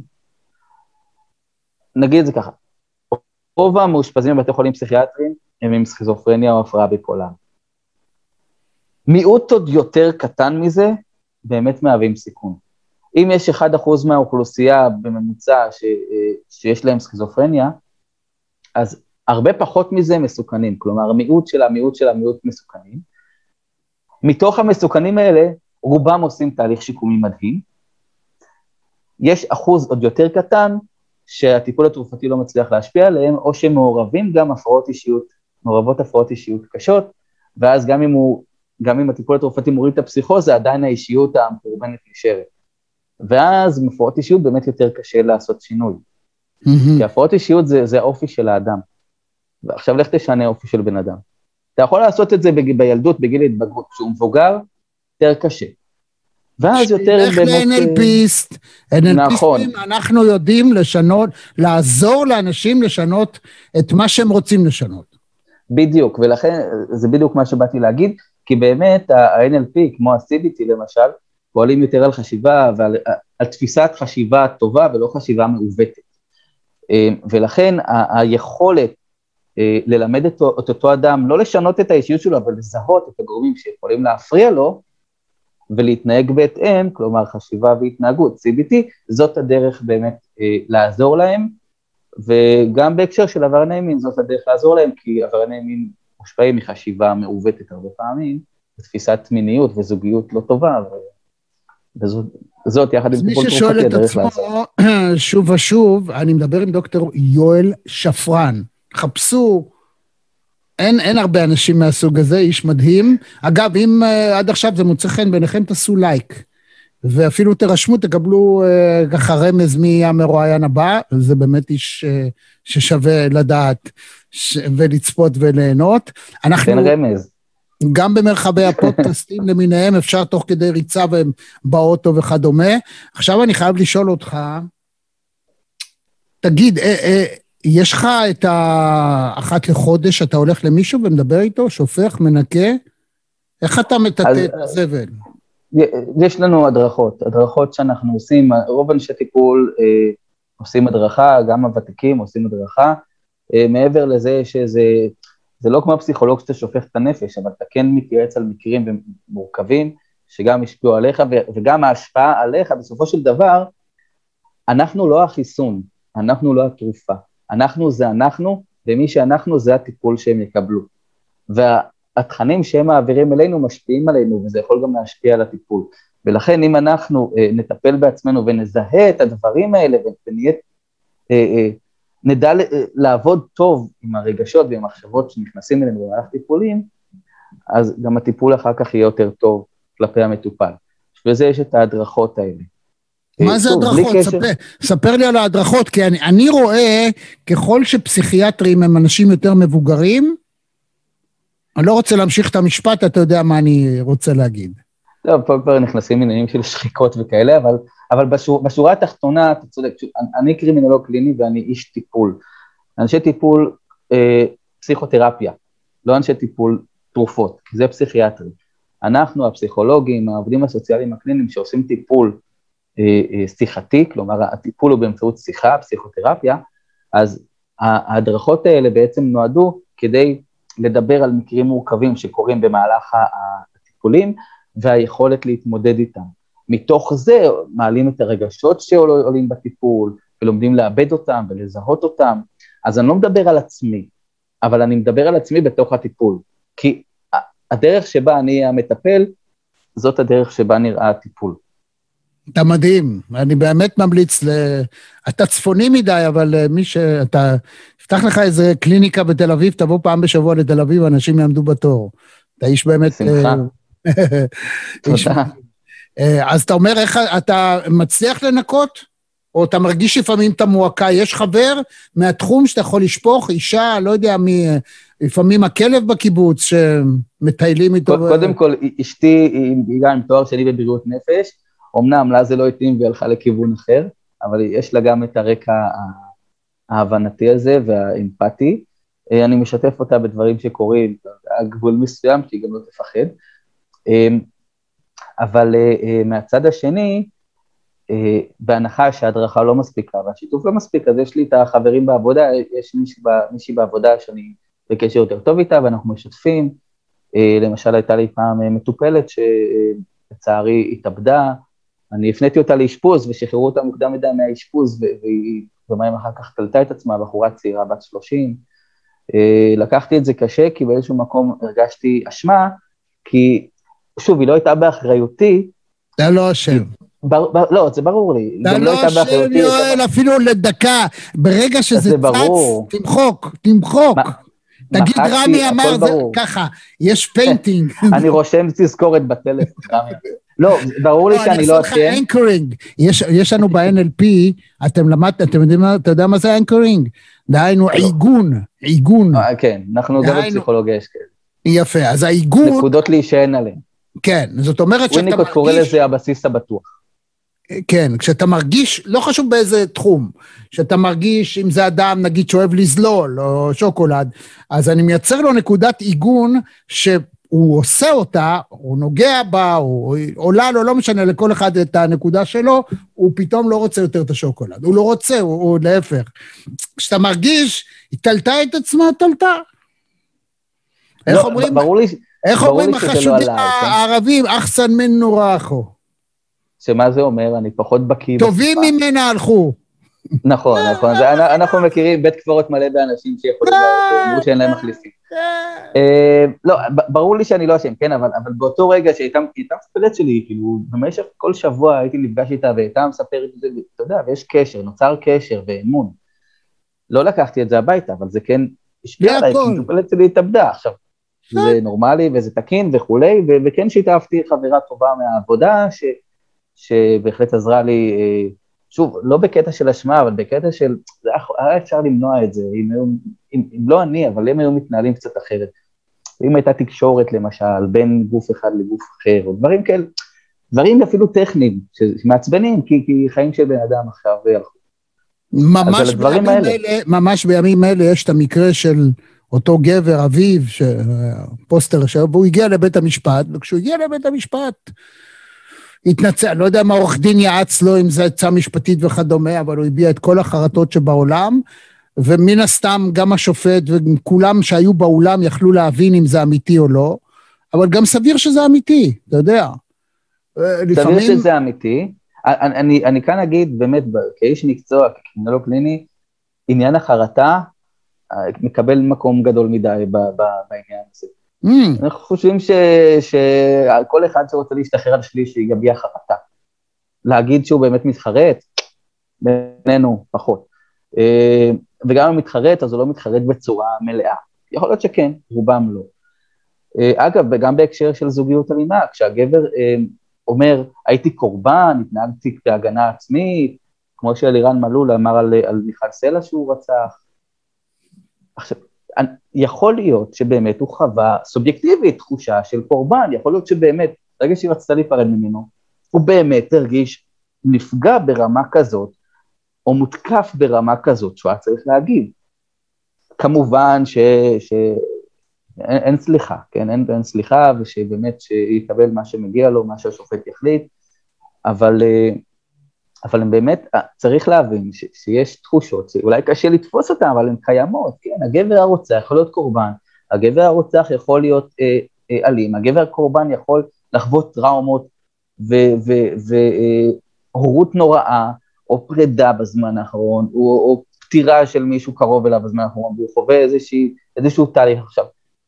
Speaker 2: נגיד את זה ככה, רוב המאושפזים בבתי חולים פסיכיאטריים הם עם סכיזופרניה או הפרעה ביפולרית. מיעוט עוד יותר קטן מזה, באמת מהווים סיכון. אם יש 1% מהאוכלוסייה בממוצע שיש להם סכיזופרניה, אז הרבה פחות מזה מסוכנים, כלומר, מיעוט של המיעוט מסוכנים. מתוך המסוכנים האלה, רובם עושים תהליך שיקומי מדהים. יש אחוז עוד יותר קטן, שהטיפול התרופתי לא מצליח להשפיע עליהם, או שמעורבים גם מעורבות הפרעות אישיות קשות, ואז גם אם הטיפול התרופתי מוריד את הפסיכוזה, עדיין האישיות המקורבנת נשארת. ואז עם הפרעות אישיות באמת יותר קשה לעשות שינוי. כי הפרעות אישיות זה האופי של האדם. ועכשיו לך תשנה האופי של בן אדם. אתה יכול לעשות את זה בילדות, בגיל התבגרות, כשהוא מבוגר, יותר קשה. ואז יותר
Speaker 1: באמת... NLPיסט, NLPיסטים, אנחנו יודעים לשנות, לעזור לאנשים לשנות את מה שהם רוצים לשנות.
Speaker 2: בדיוק, ולכן זה בדיוק מה שבאתי להגיד, כי באמת ה-NLP, כמו ה-CBT למשל, פועלים יותר על חשיבה, ועל תפיסת חשיבה טובה, ולא חשיבה מעוותת. ולכן היכולת ללמד את אותו אדם, לא לשנות את האישיות שלו, אבל לזהות את הגורמים שיכולים להפריע לו, ולהתנהג בהתאם, כלומר חשיבה והתנהגות, CBT, זאת הדרך באמת לעזור להם, וגם בהקשר של עברייני מין, זאת הדרך לעזור להם, כי עברייני מין מושפעים מחשיבה מעוותת הרבה פעמים, תפיסת מיניות וזוגיות לא טובה, וזאת יחד עם טיפול תרופתי הדרך לעזור.
Speaker 1: שוב ושוב, אני מדבר עם דוקטור יואל שפרן, חפשו, אין הרבה אנשים מהסוג הזה, איש מדהים. אגב, אם עד עכשיו זה מוצא חן ביניכם, תעשו לייק. ואפילו תרשמו, תקבלו ככה רמז מי יהיה המרואיין הבא, זה באמת איש ששווה לדעת ולצפות וליהנות.
Speaker 2: תן רמז.
Speaker 1: גם במרחבי הפודקאסטים למיניהם, אפשר תוך כדי ריצה והם באוטו וכדומה. עכשיו אני חייב לשאול אותך, תגיד, יש לך את האחת לחודש, אתה הולך למישהו ומדבר איתו, שופך, מנקה? איך אתה מטאטא את הזבל?
Speaker 2: יש לנו הדרכות שאנחנו עושים, רוב אנשי טיפול עושים הדרכה, גם הוותיקים עושים הדרכה, מעבר לזה זה לא כמו הפסיכולוג שאתה שופך את הנפש, אבל אתה כן מתייעץ על מקרים מורכבים, שגם השפיעו עליך, וגם ההשפעה עליך, בסופו של דבר, אנחנו לא החיסון, אנחנו לא התרופה, אנחנו זה אנחנו, ומי שאנחנו זה הטיפול שהם יקבלו. והתכנים שהם מעבירים אלינו משפיעים עלינו, וזה יכול גם להשפיע על הטיפול. ולכן אם אנחנו נטפל בעצמנו ונזהה את הדברים האלה, נדע לעבוד טוב עם הרגשות ועם המחשבות שנכנסים אלינו במהלך טיפולים, אז גם הטיפול אחר כך יהיה יותר טוב כלפי המטופל. וזה יש את ההדרכות האלה.
Speaker 1: מה זה הדרכות? ספר לי על ההדרכות, כי אני רואה ככל שפסיכיאטרים הם אנשים יותר מבוגרים, אני לא רוצה להמשיך את המשפט, אתה יודע מה אני רוצה להגיד.
Speaker 2: לא, פה כבר נכנסים עניינים של שחיקות וכאלה, אבל בשורה התחתונה, אתה צודק, אני קרימינולוג קליני ואני איש טיפול. אנשי טיפול פסיכותרפיה, לא אנשי טיפול תרופות, כי זה פסיכיאטרי. אנחנו, הפסיכולוגים, העובדים הסוציאליים הקליניים שעושים טיפול שיחתי, כלומר הטיפול הוא באמצעות שיחה, פסיכותרפיה, אז ההדרכות האלה בעצם נועדו כדי לדבר על מקרים מורכבים שקורים במהלך הטיפולים, והיכולת להתמודד איתם. מתוך זה מעלים את הרגשות שעולים בטיפול, ולומדים לאבד אותם ולזהות אותם, אז אני לא מדבר על עצמי, אבל אני מדבר על עצמי בתוך הטיפול, כי הדרך שבה אני המטפל, זאת הדרך שבה נראה הטיפול.
Speaker 1: אתה מדהים, אני באמת ממליץ, אתה צפוני מדי, אבל מי שאתה, יפתח לך איזה קליניקה בתל אביב, תבוא פעם בשבוע לתל אביב, אנשים יעמדו בתור. אתה איש באמת...
Speaker 2: שמחה. תודה.
Speaker 1: אז אתה אומר, איך אתה מצליח לנקות? או אתה מרגיש לפעמים את המועקה? יש חבר מהתחום שאתה יכול לשפוך, אישה, לא יודע מי, לפעמים הכלב בקיבוץ שמטיילים איתו.
Speaker 2: קודם כל, אשתי היא גם עם תואר שני בבריאות נפש, אמנם לה זה לא התאים והלכה לכיוון אחר, אבל יש לה גם את הרקע ההבנתי הזה והאמפתי, אני משתף אותה בדברים שקורים, הגבול מסוים, שהיא גם לא תפחד, אבל מהצד השני, בהנחה שההדרכה לא מספיקה, והשיתוף לא מספיק, אז יש לי את החברים בעבודה, יש מישהי בעבודה שאני בקשר יותר טוב איתה, ואנחנו משתפים, למשל הייתה לי פעם מטופלת שלצערי התאבדה, אני הפניתי אותה לאשפוז, ושחררו אותה מוקדם מדי מהאשפוז, והיא יומיים אחר כך קלטה את עצמה, בחורה צעירה בת 30, לקחתי את זה קשה, כי באיזשהו מקום הרגשתי אשמה, כי שוב, היא לא הייתה באחריותי.
Speaker 1: אתה לא אשם.
Speaker 2: לא, זה ברור לי.
Speaker 1: אתה לא אשם, יואל, אפילו לדקה, ברגע שזה צץ, תמחוק. תגיד, רמי אמר זה ככה, יש פיינטינג.
Speaker 2: אני רושם תזכורת בטלפון, רמי. לא, ברור לי שאני לא אשם.
Speaker 1: אנקורינג, יש לנו ב-NLP, אתה יודע מה זה אנקורינג? דהיינו עיגון.
Speaker 2: כן, אנחנו גם בפסיכולוגיה יש כאלה.
Speaker 1: יפה, אז העיגון...
Speaker 2: נקודות להישען עליהן.
Speaker 1: כן, זאת אומרת שאתה מרגיש...
Speaker 2: וויניקוט קורא לזה הבסיס הבטוח.
Speaker 1: כן, כשאתה מרגיש, לא חשוב באיזה תחום, כשאתה מרגיש, אם זה אדם, נגיד, שאוהב לזלול, או שוקולד, אז אני מייצר לו נקודת עיגון, שהוא עושה אותה, הוא נוגע בה, הוא עולה לו, לא משנה לכל אחד את הנקודה שלו, הוא פתאום לא רוצה יותר את השוקולד, הוא לא רוצה, הוא להפך. כשאתה מרגיש, היא תלתה את עצמה, תלתה. איך אומרים? איך אומרים החשודים הערבים, אחסן מן נורחו.
Speaker 2: שמה זה אומר? אני פחות בקיא.
Speaker 1: טובים ממנה הלכו.
Speaker 2: נכון. אנחנו מכירים בית קברות מלא באנשים שיכולים אמרו שאין להם מחליפים. לא, ברור לי שאני לא אשם, כן, אבל באותו רגע שהייתה מספרת שלי, כאילו, במשך כל שבוע הייתי נפגש איתה, והייתה מספרת את זה, אתה יודע, ויש קשר, נוצר קשר ואמון. לא לקחתי את זה הביתה, אבל זה כן השפיע עליי, כי מספרת שלי התאבדה. עכשיו, זה נורמלי וזה תקין וכולי, וכן שיתפתי חברה טובה מהעבודה, שבהחלט עזרה לי, שוב, לא בקטע של אשמה, אבל בקטע של, היה אפשר למנוע את זה, אם לא אני, אבל הם היו מתנהלים קצת אחרת. אם הייתה תקשורת למשל, בין גוף אחד לגוף אחר, או דברים כאלה, דברים אפילו טכניים, שמעצבנים, כי חיים של בן אדם עכשיו הלכו.
Speaker 1: ממש בימים אלה יש את המקרה של אותו גבר אביב, פוסטר, והוא הגיע לבית המשפט, וכשהוא הגיע לבית המשפט, התנצל, לא יודע מה עורך דין יעץ לו, אם זה עצה משפטית וכדומה, אבל הוא הביע את כל החרטות שבעולם, ומן הסתם גם השופט וכולם שהיו באולם יכלו להבין אם זה אמיתי או לא, אבל גם סביר שזה אמיתי, אתה יודע.
Speaker 2: סביר שזה אמיתי. אני כאן אגיד באמת, כאיש מקצוע, כקרימינולוג קליני, עניין החרטה מקבל מקום גדול מדי בעניין הזה. אנחנו חושבים שכל אחד שרוצה להשתחרר על שליש יביע חרטה. להגיד שהוא באמת מתחרט, בינינו פחות. וגם אם מתחרט, אז הוא לא מתחרט בצורה מלאה. יכול להיות שכן, רובם לא. אגב, גם בהקשר של זוגיות אלימה, כשהגבר אומר, הייתי קורבן, התנהגתי בהגנה עצמית, כמו שאלירן מלול אמר על מיכל סלע שהוא רצח. עכשיו, יכול להיות שבאמת הוא חווה סובייקטיבית תחושה של קורבן, יכול להיות שבאמת, רגע שהיא רצתה להיפרד ממנו, הוא באמת הרגיש נפגע ברמה כזאת, או מותקף ברמה כזאת, שהוא היה צריך להגיד. כמובן אין סליחה, כן? אין סליחה, ושבאמת שיקבל מה שמגיע לו, מה שהשופט יחליט, אבל באמת צריך להבין שיש תחושות, שאולי קשה לתפוס אותן, אבל הן קיימות, כן? הגבר הרוצח יכול להיות קורבן, הגבר הרוצח יכול להיות אלים, הגבר הקורבן יכול לחוות טראומות, והורות נוראה, או פרידה בזמן האחרון, או פטירה של מישהו קרוב אליו בזמן האחרון, והוא חווה איזשהו תהליך עכשיו.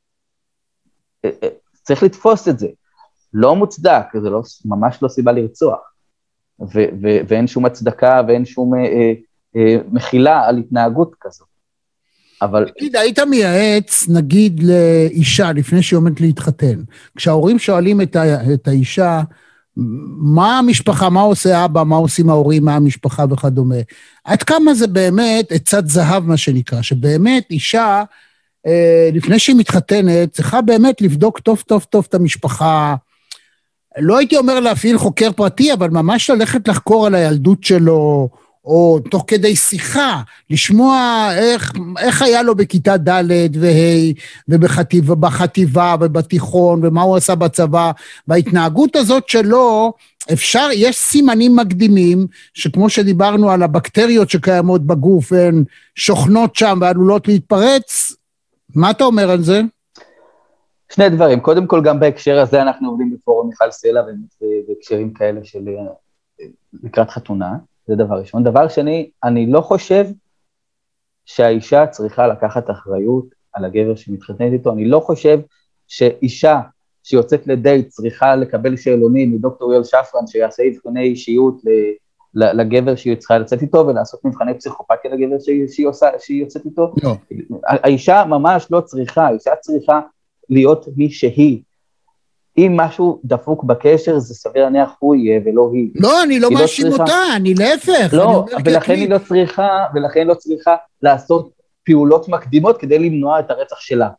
Speaker 2: צריך לתפוס את זה. לא מוצדק, זה ממש לא סיבה לרצוח. ואין שום הצדקה, ואין שום מחילה על התנהגות כזו. אבל...
Speaker 1: נגיד, היית מייעץ, נגיד, לאישה, לפני שהיא עומדת להתחתן. כשההורים שואלים את האישה, מה המשפחה, מה עושה אבא, מה עושים ההורים, מה המשפחה וכדומה. עד כמה זה באמת עצת זהב, מה שנקרא, שבאמת אישה, לפני שהיא מתחתנת, צריכה באמת לבדוק טוב טוב טוב את המשפחה, לא הייתי אומר להפעיל חוקר פרטי, אבל ממש ללכת לחקור על הילדות שלו, או תוך כדי שיחה, לשמוע איך היה לו בכיתה ד' ובחטיבה ובתיכון, ומה הוא עשה בצבא, וההתנהגות הזאת שלו, יש סימנים מקדימים, שכמו שדיברנו על הבקטריות שקיימות בגוף, הן שוכנות שם ועלולות להתפרץ, מה אתה אומר על זה?
Speaker 2: שני דברים, קודם כל גם בהקשר הזה אנחנו עובדים בפורום מיכל סלע, בהקשרים כאלה של לקראת חתונה, זה דבר ראשון. דבר שני, אני לא חושב שהאישה צריכה לקחת אחריות על הגבר שמתחתנת איתו, אני לא חושב שאישה שיוצאת לדייט צריכה לקבל שאלונים מדוקטור יואל שפרן, שיעשה אבחוני אישיות לגבר שהיא צריכה לצאת איתו, ולעשות מבחני פסיכופתיה לגבר שהיא יוצאת איתו. לא. האישה ממש לא צריכה, האישה צריכה להיות מי שהיא. אם משהו דפוק בקשר, זה סביר להניח הוא יהיה ולא היא.
Speaker 1: לא, אני לא מאשים אותה, אני להפך.
Speaker 2: לא, ולכן היא לא צריכה לעשות פעולות מקדימות כדי למנוע את הרצח שלה.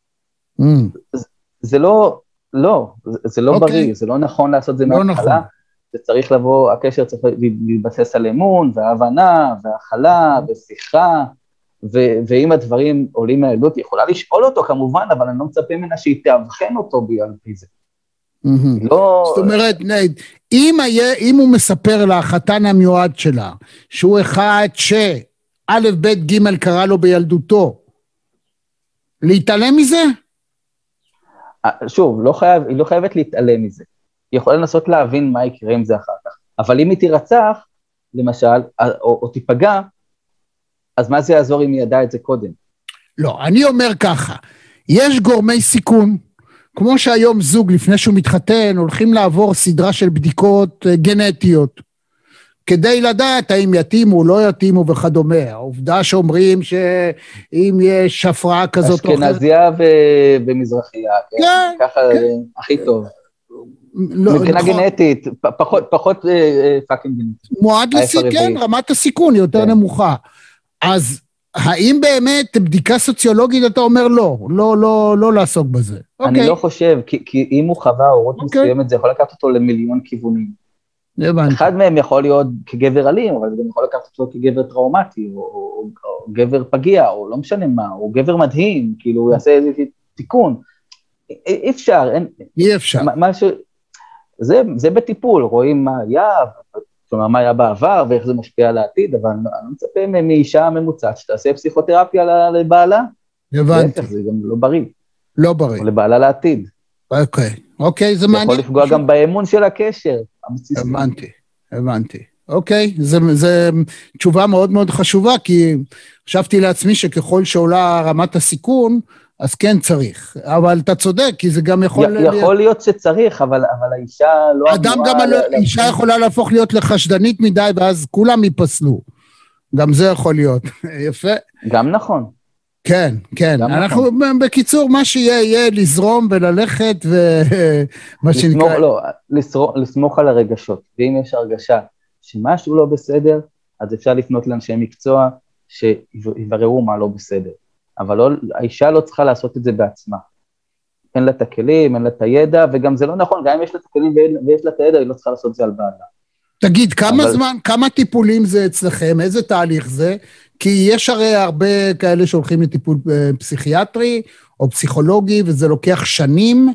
Speaker 2: זה לא בריא, זה לא נכון לעשות זה מההתחלה. זה צריך לבוא, הקשר צריך להתבסס על אמון, והבנה, והכלה, ושיחה, ואם הדברים עולים מהילדות, היא יכולה לשאול אותו כמובן, אבל אני לא מצפה ממנה שהיא תאבחן אותו על פי זה.
Speaker 1: זאת אומרת, אם הוא מספר לחתן המיועד שלה, שהוא אחד שא' ב' ג' קרא לו בילדותו, להתעלם מזה?
Speaker 2: שוב, היא לא חייבת להתעלם מזה. היא יכולה לנסות להבין מה יקרה עם זה אחר כך. אבל אם היא תירצח, למשל, או תיפגע, אז מה זה יעזור אם היא ידעה את זה קודם?
Speaker 1: לא, אני אומר ככה, יש גורמי סיכון, כמו שהיום זוג לפני שהוא מתחתן, הולכים לעבור סדרה של בדיקות גנטיות, כדי לדעת האם יתאימו או לא יתאימו וכדומה. העובדה שאומרים שאם יש הפרעה כזאת...
Speaker 2: אשכנזיה ומזרחיה, כן? ככה הכי טוב. מבחינה גנטית, פחות פאקינג גנטית.
Speaker 1: מועד כן, רמת הסיכון יותר נמוכה. אז האם באמת בדיקה סוציולוגית אתה אומר לא לעסוק בזה?
Speaker 2: אני לא חושב, כי אם הוא חווה הורות מסוימת, זה יכול לקחת אותו למיליון כיוונים. אחד מהם יכול להיות כגבר אלים, אבל זה גם יכול לקחת אותו כגבר טראומטי, או גבר פגיע, או לא משנה מה, או גבר מדהים, כאילו הוא יעשה איזה תיקון. אי אפשר,
Speaker 1: אי אפשר.
Speaker 2: זה בטיפול, רואים מה היה, כלומר מה היה בעבר, ואיך זה משפיע על העתיד, אבל אני מצפה מאישה ממוצעת, שתעשה פסיכותרפיה לבעלה.
Speaker 1: הבנתי.
Speaker 2: זה גם לא בריא.
Speaker 1: לא בריא.
Speaker 2: או לבעלה לעתיד.
Speaker 1: אוקיי, זה מעניין.
Speaker 2: יכול לפגוע גם באמון של הקשר.
Speaker 1: הבנתי. אוקיי, זו תשובה מאוד מאוד חשובה, כי חשבתי לעצמי שככל שעולה רמת הסיכון, אז כן צריך, אבל אתה צודק, כי זה גם
Speaker 2: יכול להיות שצריך, אבל האישה לא...
Speaker 1: אישה יכולה להפוך להיות לחשדנית מדי, ואז כולם ייפסלו. גם זה יכול להיות. יפה.
Speaker 2: גם נכון.
Speaker 1: כן. אנחנו בקיצור, מה שיהיה, יהיה לזרום וללכת, ומה שנקרא...
Speaker 2: לא, לסמוך על הרגשות. ואם יש הרגשה שמשהו לא בסדר, אז אפשר לפנות לאנשי מקצוע, שיבררו מה לא בסדר. אבל האישה לא צריכה לעשות את זה בעצמה. אין לה את הכלים, אין לה את הידע, וגם זה לא נכון, גם אם יש לה את הכלים ויש לה את הידע, היא לא צריכה לעשות את זה על בעלה.
Speaker 1: תגיד, כמה טיפולים זה אצלכם? איזה תהליך זה? כי יש הרי הרבה כאלה שהולכים לטיפול פסיכיאטרי או פסיכולוגי, וזה לוקח שנים,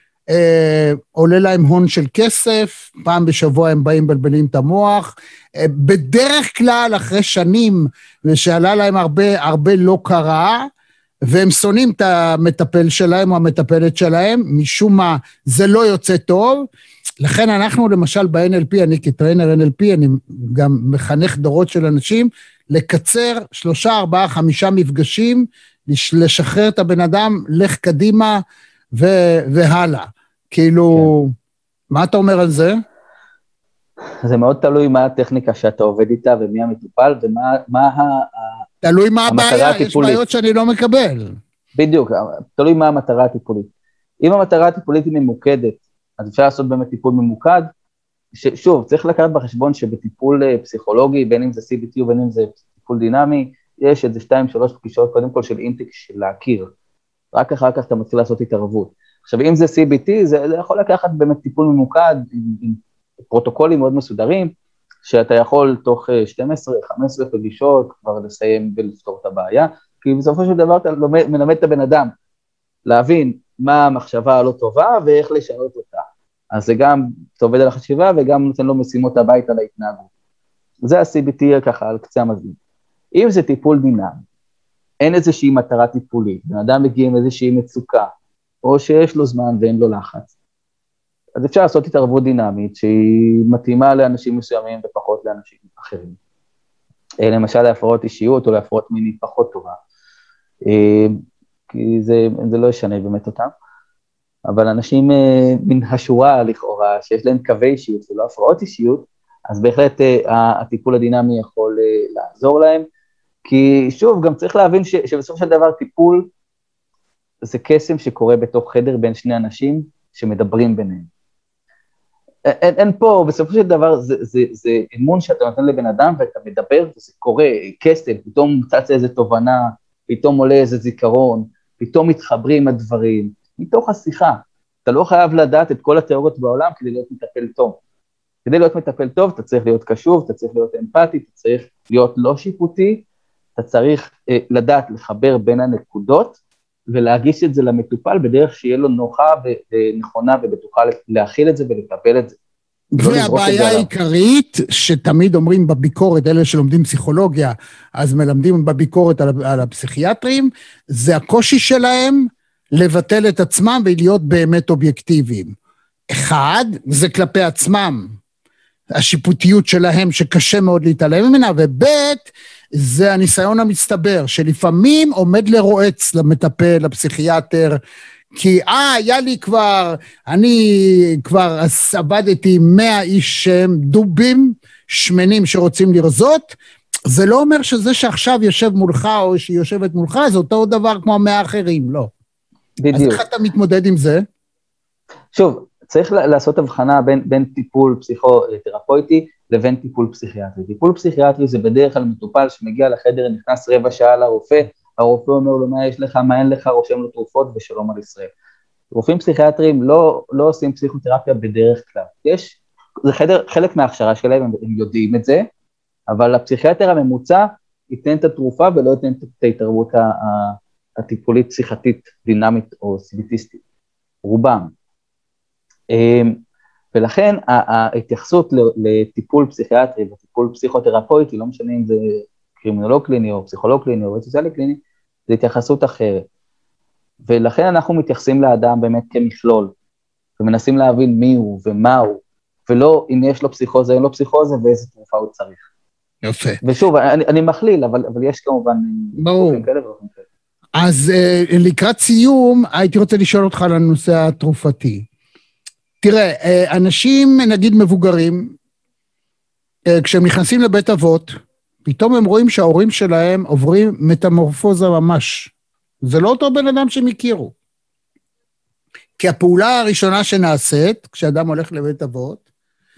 Speaker 1: עולה להם הון של כסף, פעם בשבוע הם באים בלבלים את המוח, בדרך כלל אחרי שנים, ושעלה להם הרבה לא קרה, והם שונאים את המטפל שלהם או המטפלת שלהם, משום מה זה לא יוצא טוב, לכן אנחנו למשל ב-NLP, אני כטריינר NLP, אני גם מחנך דורות של אנשים, לקצר 3, 4, 5 מפגשים, לשחרר את הבן אדם, לך קדימה והלאה. כאילו, מה אתה אומר על זה?
Speaker 2: זה מאוד תלוי מה הטכניקה שאתה עובד איתה, ומי המטופל, ומה
Speaker 1: תלוי מה הבעיה, יש בעיות שאני לא מקבל.
Speaker 2: בדיוק, תלוי מה המטרה הטיפולית. אם המטרה הטיפולית היא ממוקדת, אז אפשר לעשות באמת טיפול ממוקד, שוב, צריך לקחת בחשבון שבטיפול פסיכולוגי, בין אם זה CBT ובין אם זה טיפול דינמי, יש איזה 2-3 פגישות, קודם כל של אינטק של להכיר, רק אחר כך אתה מתחיל לעשות התערבות. עכשיו, אם זה CBT, זה יכול לקחת באמת טיפול ממוקד, עם פרוטוקולים מאוד מסודרים, שאתה יכול תוך 12-15 פגישות כבר לסיים ולפתור את הבעיה, כי בסופו של דבר אתה מלמד את הבן אדם, להבין מה המחשבה הלא טובה ואיך לשנות אותה. אז זה גם עובד על החשיבה וגם נותן לו משימות הביתה להתנהגות. זה ה-CBT ככה על קצה המזלג. אם זה טיפול דינמי, אין איזושהי מטרה טיפולית, בן אדם מגיע עם איזושהי מצוקה, או שיש לו זמן ואין לו לחץ, אז אפשר לעשות התערבות דינמית שהיא מתאימה לאנשים מסוימים ופחות לאנשים אחרים. למשל להפרעות אישיות או להפרעות מינית פחות טובה, כי זה לא ישנה באמת אותם. אבל אנשים מן השורה לכאורה, שיש להם קווי אישיות ולא הפרעות אישיות, אז בהחלט הטיפול הדינמי יכול לעזור להם, כי שוב, גם צריך להבין שבסוף של דבר טיפול, זה קסם שקורה בתוך חדר בין שני אנשים שמדברים ביניהם. אין פה, בסופו של דבר, זה אמון שאתה נותן לבן אדם ואתה מדבר וזה קורה, קסם, פתאום צץ איזו תובנה, פתאום עולה איזה זיכרון, פתאום מתחברים הדברים, מתוך השיחה. אתה לא חייב לדעת את כל התיאוריות בעולם כדי להיות מטפל טוב. כדי להיות מטפל טוב, אתה צריך להיות קשוב, אתה צריך להיות אמפתי, אתה צריך להיות לא שיפוטי, אתה צריך לדעת לחבר בין הנקודות, ולהגיש את זה למטופל בדרך שיהיה לו נוחה ונכונה ובטוחה להכיל את זה ולקבל את זה.
Speaker 1: והבעיה העיקרית שתמיד אומרים בביקורת, אלה שלומדים פסיכולוגיה, אז מלמדים בביקורת על הפסיכיאטרים, זה הקושי שלהם לבטל את עצמם ולהיות באמת אובייקטיביים. אחד, זה כלפי עצמם, השיפוטיות שלהם שקשה מאוד להתעלם ממנה, ובית, זה הניסיון המצטבר, שלפעמים עומד לרועץ למטפל, לפסיכיאטר, כי היה לי כבר, אני כבר עבדתי 100 איש שהם דובים, שמנים שרוצים לרזות, זה לא אומר שזה שעכשיו יושב מולך או שהיא יושבת מולך, זה אותו דבר כמו 100 אחרים, לא. בדיוק. אז איך אתה מתמודד עם זה?
Speaker 2: שוב, צריך לעשות הבחנה בין טיפול פסיכותרפויטי לבין טיפול פסיכיאטרי. טיפול פסיכיאטרי זה בדרך כלל מטופל שמגיע לחדר, נכנס רבע שעה לרופא, הרופא אומר לו מה יש לך, מה אין לך, רושם לו תרופות ושלום על ישראל. רופאים פסיכיאטריים לא עושים פסיכותרפיה בדרך כלל. זה חלק מההכשרה שלהם, הם יודעים את זה, אבל הפסיכיאטר הממוצע ייתן את התרופה ולא ייתן את ההתערבות הטיפולית פסיכתית דינמית או סיביטיסטית. רובם. ולכן ההתייחסות לטיפול פסיכיאטרי וטיפול פסיכותרפויטי, לא משנה אם זה קרימינולוג קליני או פסיכולוג קליני או סוציאלי קליני, זה התייחסות אחרת. ולכן אנחנו מתייחסים לאדם באמת כמכלול, ומנסים להבין מי הוא ומה הוא, ולא אם יש לו פסיכוזה או לא פסיכוזה ואיזה תרופה הוא צריך.
Speaker 1: יפה.
Speaker 2: ושוב, אני מכליל, אבל יש כמובן אופן כאלה ואופן כאלה.
Speaker 1: אז לקראת סיום, הייתי רוצה לשאול אותך על הנושא התרופתי. תראה, אנשים, נגיד מבוגרים, כשהם נכנסים לבית אבות, פתאום הם רואים שההורים שלהם עוברים מטמורפוזה ממש. זה לא אותו בן אדם שהם הכירו. כי הפעולה הראשונה שנעשית, כשאדם הולך לבית אבות,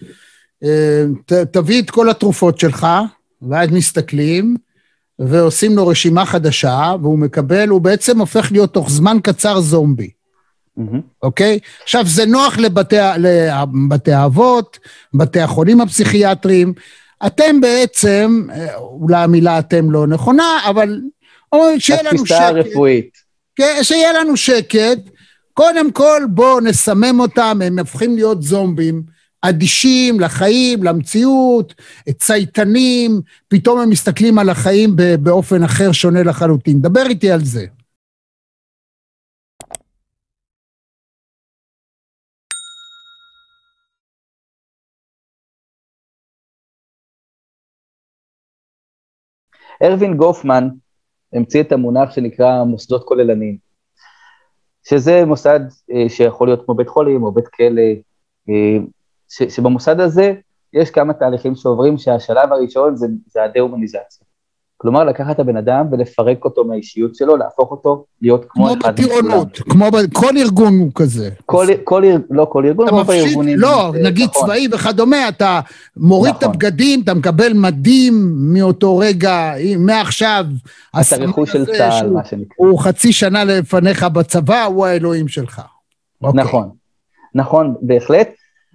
Speaker 1: תביא את כל התרופות שלך, ואז מסתכלים, ועושים לו רשימה חדשה, והוא מקבל, הוא בעצם הופך להיות תוך זמן קצר זומבי. אוקיי? עכשיו, זה נוח לבתי האבות, בתי החולים הפסיכיאטריים, אתם בעצם, אולי המילה אתם לא נכונה, אבל שיהיה לנו שקט.
Speaker 2: התפיסה הרפואית.
Speaker 1: שיהיה לנו שקט, קודם כל בואו נסמם אותם, הם הופכים להיות זומבים, אדישים לחיים, למציאות, צייתנים, פתאום הם מסתכלים על החיים באופן אחר שונה לחלוטין. דבר איתי על זה.
Speaker 2: ארווין גופמן המציא את המונח שנקרא מוסדות כוללניים, שזה מוסד שיכול להיות כמו בית חולים או בית כלא, שבמוסד הזה יש כמה תהליכים שעוברים שהשלב הראשון זה הדה-הומניזציה. כלומר, לקחת את הבן אדם ולפרק אותו מהאישיות שלו, להפוך אותו להיות כמו אחד מכולם.
Speaker 1: כמו כל ארגון הוא כזה.
Speaker 2: לא כל ארגון, רוב הארגונים.
Speaker 1: לא, נגיד צבאי וכדומה, אתה מוריד את הבגדים, אתה מקבל מדים מאותו רגע, מעכשיו.
Speaker 2: את הרכוש של צה"ל, מה שנקרא.
Speaker 1: הוא חצי שנה לפניך בצבא, הוא האלוהים שלך.
Speaker 2: נכון, בהחלט.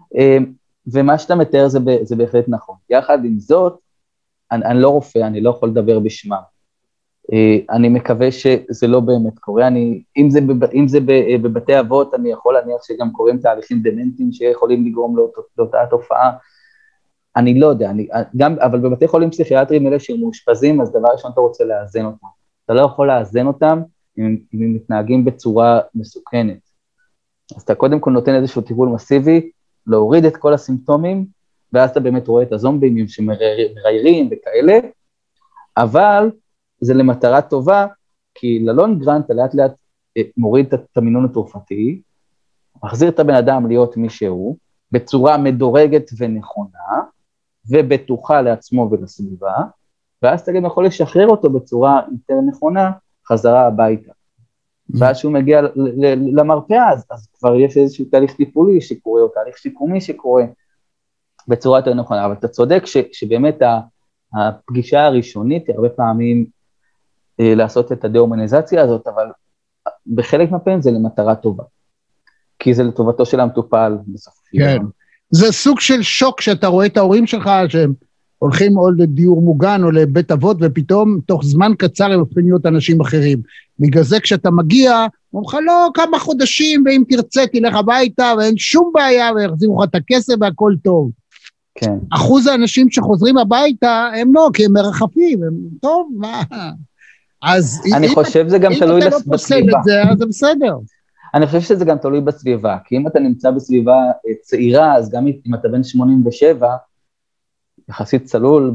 Speaker 2: ומה שאתה מתאר זה בהחלט נכון. יחד עם זאת, אני לא רופא, אני לא יכול לדבר בשמם. אני מקווה שזה לא באמת קורה. אם זה בבתי אבות, אני יכול להניח שגם קוראים תהליכים דמנטיים שיכולים לגרום לאותה תופעה. אני לא יודע, אבל בבתי חולים פסיכיאטריים אלה שהם מאושפזים, אז דבר ראשון אתה רוצה לאזן אותם. אתה לא יכול לאזן אותם אם הם מתנהגים בצורה מסוכנת. אז אתה קודם כל נותן איזשהו טיפול מסיבי, להוריד את כל הסימפטומים, ואז אתה באמת רואה את הזומבים שמריירים וכאלה, אבל זה למטרה טובה, כי ללונג גרנט לאט לאט מוריד את המינון התרופתי, מחזיר את הבן אדם להיות מי שהוא, בצורה מדורגת ונכונה, ובטוחה לעצמו ולסביבה, ואז אתה גם יכול לשחרר אותו בצורה יותר נכונה, חזרה הביתה. ואז שהוא מגיע למרפאה, אז כבר יש איזשהו תהליך טיפולי שקורה, או תהליך שיקומי שקורה, בצורה יותר נכונה, אבל אתה צודק שבאמת הפגישה הראשונית היא הרבה פעמים לעשות את הדה-הומניזציה הזאת, אבל בחלק מהפעמים זה למטרה טובה, כי זה לטובתו של המטופל בסוף.
Speaker 1: כן, זה סוג של שוק שאתה רואה את ההורים שלך שהם הולכים או לדיור מוגן או לבית אבות, ופתאום תוך זמן קצר הם הופכים להיות אנשים אחרים. בגלל זה כשאתה מגיע, אומרים לך לא כמה חודשים, ואם תרצה תלך הביתה, ואין שום בעיה, ויחזירו לך את הכסף והכל טוב.
Speaker 2: כן.
Speaker 1: אחוז האנשים שחוזרים הביתה, הם לא, כי הם מרחפים, הם טוב, מה? אז
Speaker 2: אני חושב שזה גם תלוי בסביבה. אם אתה לא
Speaker 1: פוסל את זה, אז זה בסדר.
Speaker 2: אני חושב שזה גם תלוי בסביבה, כי אם אתה נמצא בסביבה צעירה, אז גם אם אתה בן 87, יחסית צלול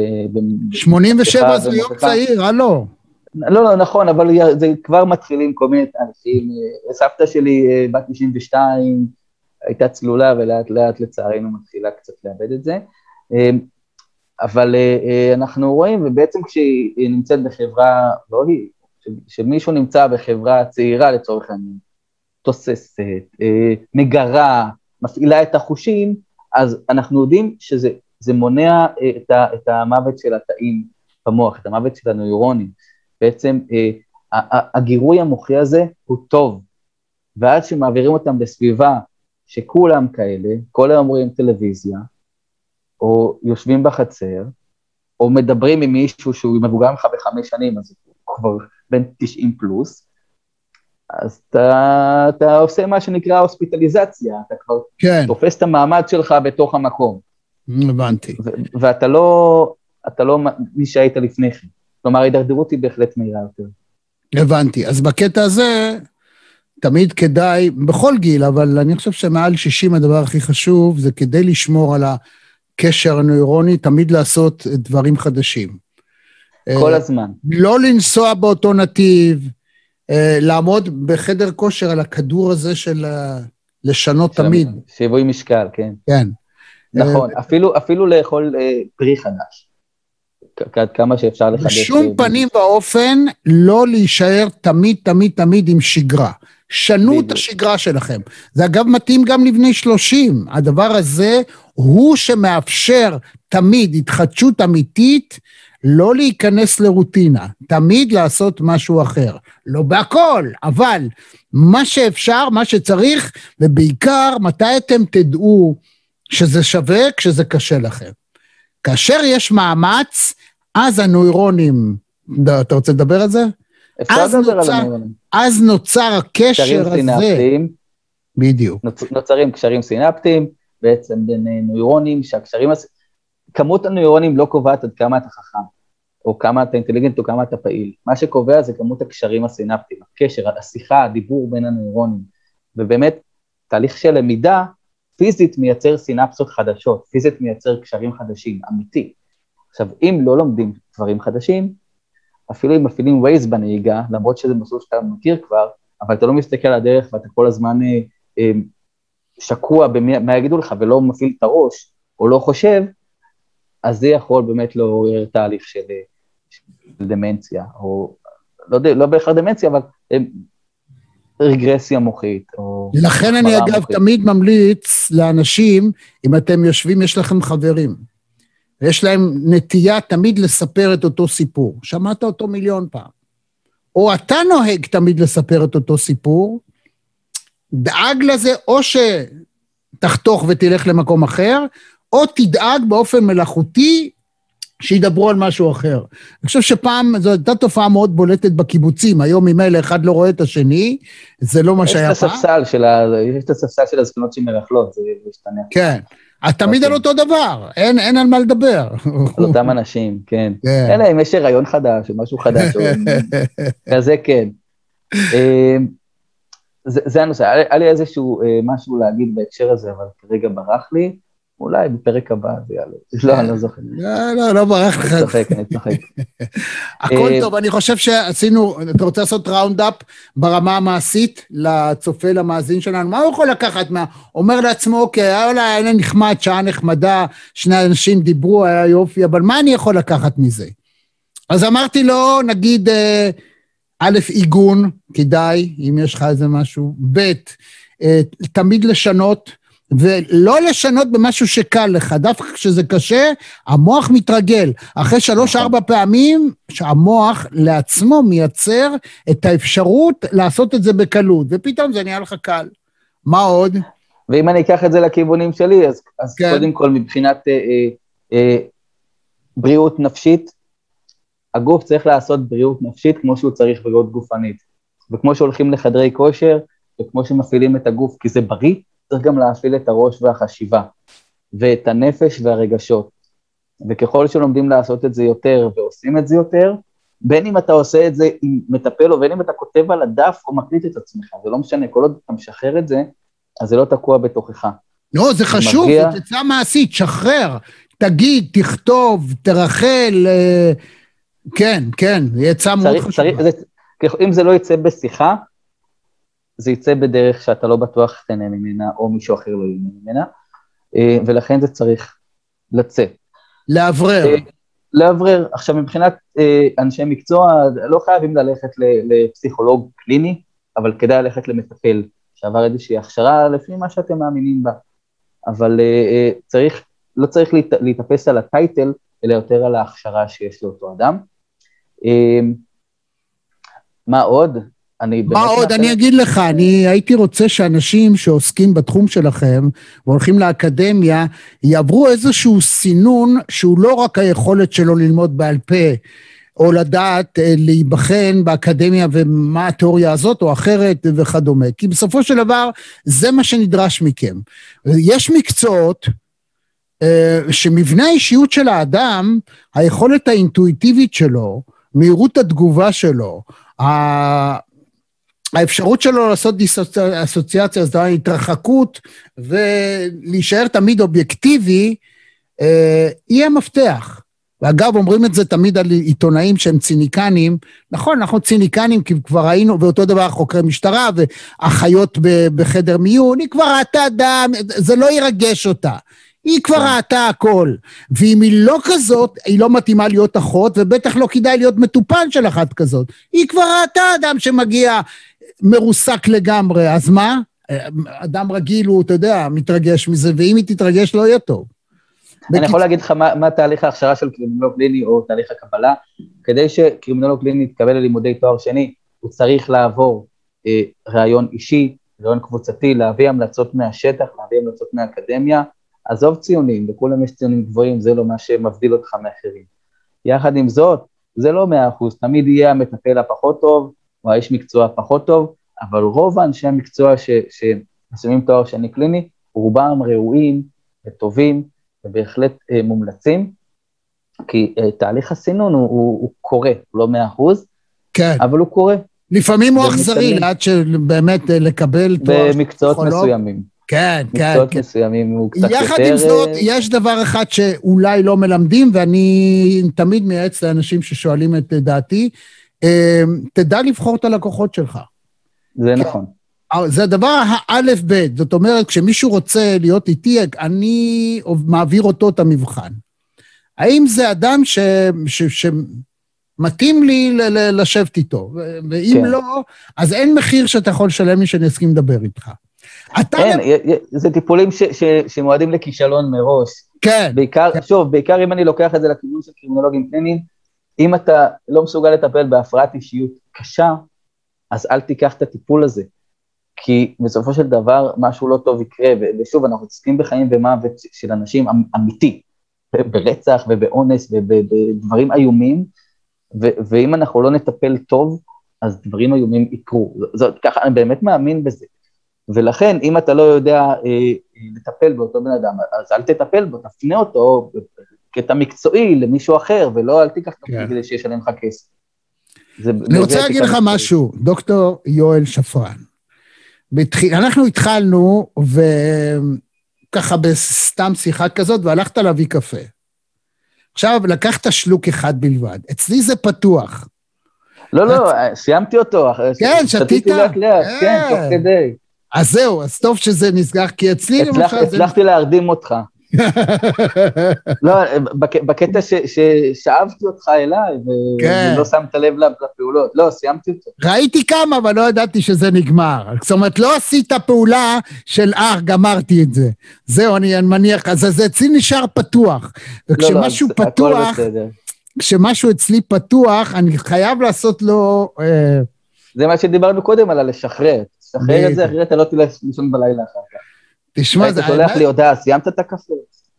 Speaker 1: 87 זה יום צעיר, הלא.
Speaker 2: לא, נכון, אבל זה כבר מתחילים כל מיני אנשים, סבתא שלי בת 92, הייתה צלולה ולאט לאט לצערנו מתחילה קצת לאבד את זה, אבל אנחנו רואים, ובעצם כשהיא נמצאת בחברה, לא היא, שמישהו נמצא בחברה צעירה לצורך העניין, תוססת, מגרה, מפעילה את החושים, אז אנחנו יודעים שזה מונע את המוות של התאים במוח, את המוות של הנוירונים. בעצם הגירוי המוחי הזה הוא טוב, ועד שמעבירים אותם בסביבה שכולם כאלה, כל היום רואים טלוויזיה, או יושבים בחצר, או מדברים עם מישהו שהוא מבוגר ממך ב5 שנים, אז הוא כבר בין 90 פלוס, אז אתה עושה מה שנקרא הוספיטליזציה, אתה כבר תופס את המעמד שלך בתוך המקום.
Speaker 1: הבנתי.
Speaker 2: ואתה לא מי שהיית לפני כן. כלומר, ההידרדרות היא בהחלט מהירה יותר.
Speaker 1: הבנתי. אז בקטע הזה, תמיד כדאי, בכל גיל, אבל אני חושב שמעל 60 הדבר הכי חשוב, זה כדי לשמור על הקשר הנוירוני, תמיד לעשות דברים חדשים.
Speaker 2: כל הזמן.
Speaker 1: לא לנסוע באותו נתיב, לעמוד בחדר כושר על הכדור הזה של לשנות תמיד.
Speaker 2: שיווי משקל, כן.
Speaker 1: כן.
Speaker 2: נכון, אפילו לאכול פרי חדש. כמה שאפשר לחדש.
Speaker 1: בשום פנים ואופן לא להישאר תמיד עם שגרה. שנו את השגרה שלכם. זה אגב מתאים גם לבני 30. הדבר הזה הוא שמאפשר תמיד התחדשות אמיתית, לא להיכנס לרוטינה, תמיד לעשות משהו אחר. לא בהכל, אבל מה שאפשר, מה שצריך, ובעיקר מתי אתם תדעו שזה שווה כשזה קשה לכם. כאשר יש מאמץ, אז הנוירונים, אתה רוצה לדבר על זה?
Speaker 2: אפשר לדבר על הנוירונים.
Speaker 1: אז נוצר הקשר הזה.
Speaker 2: סינפטיים,
Speaker 1: בדיוק.
Speaker 2: נוצרים קשרים סינפטיים, בעצם בין נוירונים, שהקשרים, כמות הנוירונים לא קובעת עד כמה אתה חכם, או כמה אתה אינטליגנט, או כמה אתה פעיל. מה שקובע זה כמות הקשרים הסינפטיים, הקשר, השיחה, הדיבור בין הנוירונים, ובאמת, תהליך של למידה, פיזית מייצר סינפסות חדשות, פיזית מייצר קשרים חדשים, אמיתי. עכשיו, אם לא לומדים דברים חדשים, אפילו אם מפעילים ווייז בנהיגה, למרות שזה מסלול שאתה מכיר כבר, אבל אתה לא מסתכל על הדרך, ואתה כל הזמן שקוע במה יגידו לך, ולא מפעיל את הראש, או לא חושב, אז זה יכול באמת לעורר תהליך של דמנציה, או לא בהכרח דמנציה, אבל רגרסיה מוחית, או
Speaker 1: לכן אני אגב מוחית. תמיד ממליץ לאנשים, אם אתם יושבים, יש לכם חברים, ויש להם נטייה תמיד לספר את אותו סיפור, שמעת אותו 1,000,000 פעם, או אתה נוהג תמיד לספר את אותו סיפור, דאג לזה או שתחתוך ותלך למקום אחר, או תדאג באופן מלאכותי שידברו על משהו אחר. אני חושב שפעם, זו הייתה תופעה מאוד בולטת בקיבוצים, היום ממילא אחד לא רואה את השני, זה לא מה שהיה פעם.
Speaker 2: יש את הספסל של הזקנות שמרחלות, זה משתנה.
Speaker 1: כן, תמיד על אותו דבר, אין על מה לדבר.
Speaker 2: על אותם אנשים, כן. אלא אם יש רעיון חדש, או משהו חדש, כזה כן. זה הנושא, היה לי איזשהו משהו להגיד בהקשר הזה, אבל כרגע ברח לי, אולי בפרק הבא זה יעלה. לא, אני לא זוכר.
Speaker 1: לא ברח לך.
Speaker 2: אני צוחק.
Speaker 1: הכל טוב, אני חושב שעשינו, אתה רוצה לעשות ראונד-אפ ברמה המעשית לצופה, למאזין שלנו, מה הוא יכול לקחת? אומר לעצמו, אוקיי, היה נחמד, שעה נחמדה, 2 אנשים דיברו, היה יופי, אבל מה אני יכול לקחת מזה? אז אמרתי לו, נגיד, א', עיגון, כדאי, אם יש לך איזה משהו, ב', תמיד לשנות, ולא לשנות במשהו שקל לך, דווקא כשזה קשה, המוח מתרגל. אחרי 3-4 פעמים, שהמוח לעצמו מייצר את האפשרות לעשות את זה בקלות, ופתאום זה נהיה לך קל. מה עוד?
Speaker 2: ואם אני אקח את זה לכיוונים שלי, אז כן. קודם כל מבחינת בריאות נפשית, הגוף צריך לעשות בריאות נפשית כמו שהוא צריך בריאות גופנית. וכמו שהולכים לחדרי כושר, וכמו שמפעילים את הגוף כי זה בריא, צריך גם להפעיל את הראש והחשיבה, ואת הנפש והרגשות. וככל שלומדים לעשות את זה יותר, ועושים את זה יותר, בין אם אתה עושה את זה עם מטפל, או בין אם אתה כותב על הדף, או מקליט את עצמך, זה לא משנה, כל עוד אתה משחרר את זה, אז זה לא תקוע בתוכך.
Speaker 1: לא, זה חשוב, מגיע... זה תצא מעשית, שחרר, תגיד, תכתוב, תרחל, כן, יצא מאוד חשוב.
Speaker 2: אם זה לא יצא בשיחה, זה יצא בדרך שאתה לא בטוח תהנה ממנה, או מישהו אחר לא ייהנה ממנה, ולכן זה צריך לצאת. לאוורר. עכשיו, מבחינת אנשי מקצוע, לא חייבים ללכת לפסיכולוג קליני, אבל כדאי ללכת למטפל, שעבר איזושהי הכשרה לפי מה שאתם מאמינים בה. אבל לא צריך להתאפס על הטייטל, אלא יותר על ההכשרה שיש לאותו אדם. מה עוד?
Speaker 1: אני אגיד לך, אני הייתי רוצה שאנשים שעוסקים בתחום שלכם, והולכים לאקדמיה, יעברו איזשהו סינון, שהוא לא רק היכולת שלו ללמוד בעל פה, או לדעת להיבחן באקדמיה ומה התיאוריה הזאת או אחרת וכדומה. כי בסופו של דבר זה מה שנדרש מכם. יש מקצועות שמבנה האישיות של האדם, היכולת האינטואיטיבית שלו, מהירות התגובה שלו, האפשרות שלו לעשות אסוציאציה, זאת אומרת, התרחקות ולהישאר תמיד אובייקטיבי, יהיה מפתח. ואגב, אומרים את זה תמיד על עיתונאים שהם ציניקנים. נכון, אנחנו ציניקנים, כי כבר ראינו, ואותו דבר חוקרי משטרה, ואחיות בחדר מיון, היא כבר ראתה דם, זה לא ירגש אותה. היא כבר ראתה הכל. ואם היא לא כזאת, היא לא מתאימה להיות אחות, ובטח לא כדאי להיות מטופל של אחת כזאת. היא כבר ראתה אדם שמגיע מרוסק לגמרי, אז מה? אדם רגיל הוא, אתה יודע, מתרגש מזה, ואם היא תתרגש לא יהיה טוב.
Speaker 2: אני יכול להגיד לך מה תהליך ההכשרה של קרימינולוג קליני או תהליך הקבלה, כדי שקרימינולוג קליני יתקבל ללימודי תואר שני, הוא צריך לעבור רעיון אישי, רעיון קבוצתי, להביא המלצות מהשטח, להביא המלצות מהאקדמיה, עזוב ציונים, לכולם יש ציונים גבוהים, זה לא מה שמבדיל אותך מאחרים. יחד עם זאת, זה לא 100%, תמיד יהיה המטפל הפחות טוב, או האיש מקצוע הפחות טוב, אבל רוב האנשי המקצוע שמסיימים תואר שני קליני, רובם ראויים וטובים, ובהחלט מומלצים, כי תהליך הסינון הוא קורה, לא 100%,
Speaker 1: כן.
Speaker 2: אבל הוא קורה.
Speaker 1: לפעמים הוא אכזרי, עד שבאמת לקבל תואר
Speaker 2: במקצועות מסוימים.
Speaker 1: כן, כן.
Speaker 2: מקצועות מסוימים הוא קצת יותר...
Speaker 1: יחד עם זאת, יש דבר אחד שאולי לא מלמדים, ואני תמיד מייעץ לאנשים ששואלים את דעתי, תדע לבחור את הלקוחות שלך.
Speaker 2: זה נכון.
Speaker 1: זה הדבר האלף ב', זאת אומרת, כשמישהו רוצה להיות איתי, אני מעביר אותו את המבחן. האם זה אדם שמתאים לי לשבת איתו? ואם לא, אז אין מחיר שאתה יכול לשלם לי שאני אסכים לדבר איתך.
Speaker 2: אין, זה טיפולים שמועדים לכישלון מראש.
Speaker 1: כן.
Speaker 2: בעיקר אם אני לוקח את זה לכיוון של קרימינולוגים קליניים, אם אתה לא מסוגל לטפל בהפרעת אישיות קשה, אז אל תיקח את הטיפול הזה. כי בסופו של דבר משהו לא טוב יקרה, ושוב אנחנו עוסקים בחיים ומוות של אנשים אמיתי, ברצח ובאונס ובדברים איומים, ואם אנחנו לא נטפל טוב, אז דברים איומים יקרו. ככה אני באמת מאמין בזה. ולכן אם אתה לא יודע לטפל באותו בן אדם, אז אל תטפל בו, תפנה אותו כקטע מקצועי למישהו אחר, ולא אל תיקח אותו כדי שיש עליהם לך כסף.
Speaker 1: אני רוצה להגיד לך משהו, דוקטור יואל שפרן. אנחנו התחלנו, וככה בסתם שיחה כזאת, והלכת להביא קפה. עכשיו, לקחת שלוק אחד בלבד. אצלי זה פתוח.
Speaker 2: לא, סיימתי אותו.
Speaker 1: כן, שתית?
Speaker 2: כן, תוך כדי.
Speaker 1: אז זהו, אז טוב שזה נסגר, כי אצלי למשל...
Speaker 2: הצלחתי להרדים אותך. לא, בקטע ששאבתי אותך אליי, ולא שמת לב לפעולות. לא, סיימתי אותו.
Speaker 1: ראיתי כמה, אבל לא ידעתי שזה נגמר. זאת אומרת, לא עשית פעולה של גמרתי את זה. זהו, אני מניח, אז זה אצלי נשאר פתוח. וכשמשהו פתוח, כשמשהו אצלי פתוח, אני חייב לעשות לו...
Speaker 2: זה מה שדיברנו קודם, על לשחרר. שחרר את זה, אחרי אתה לא תלך לישון בלילה אחר כך.
Speaker 1: תשמע,
Speaker 2: זה... אתה הולך לי הודעה, סיימת את הקפה?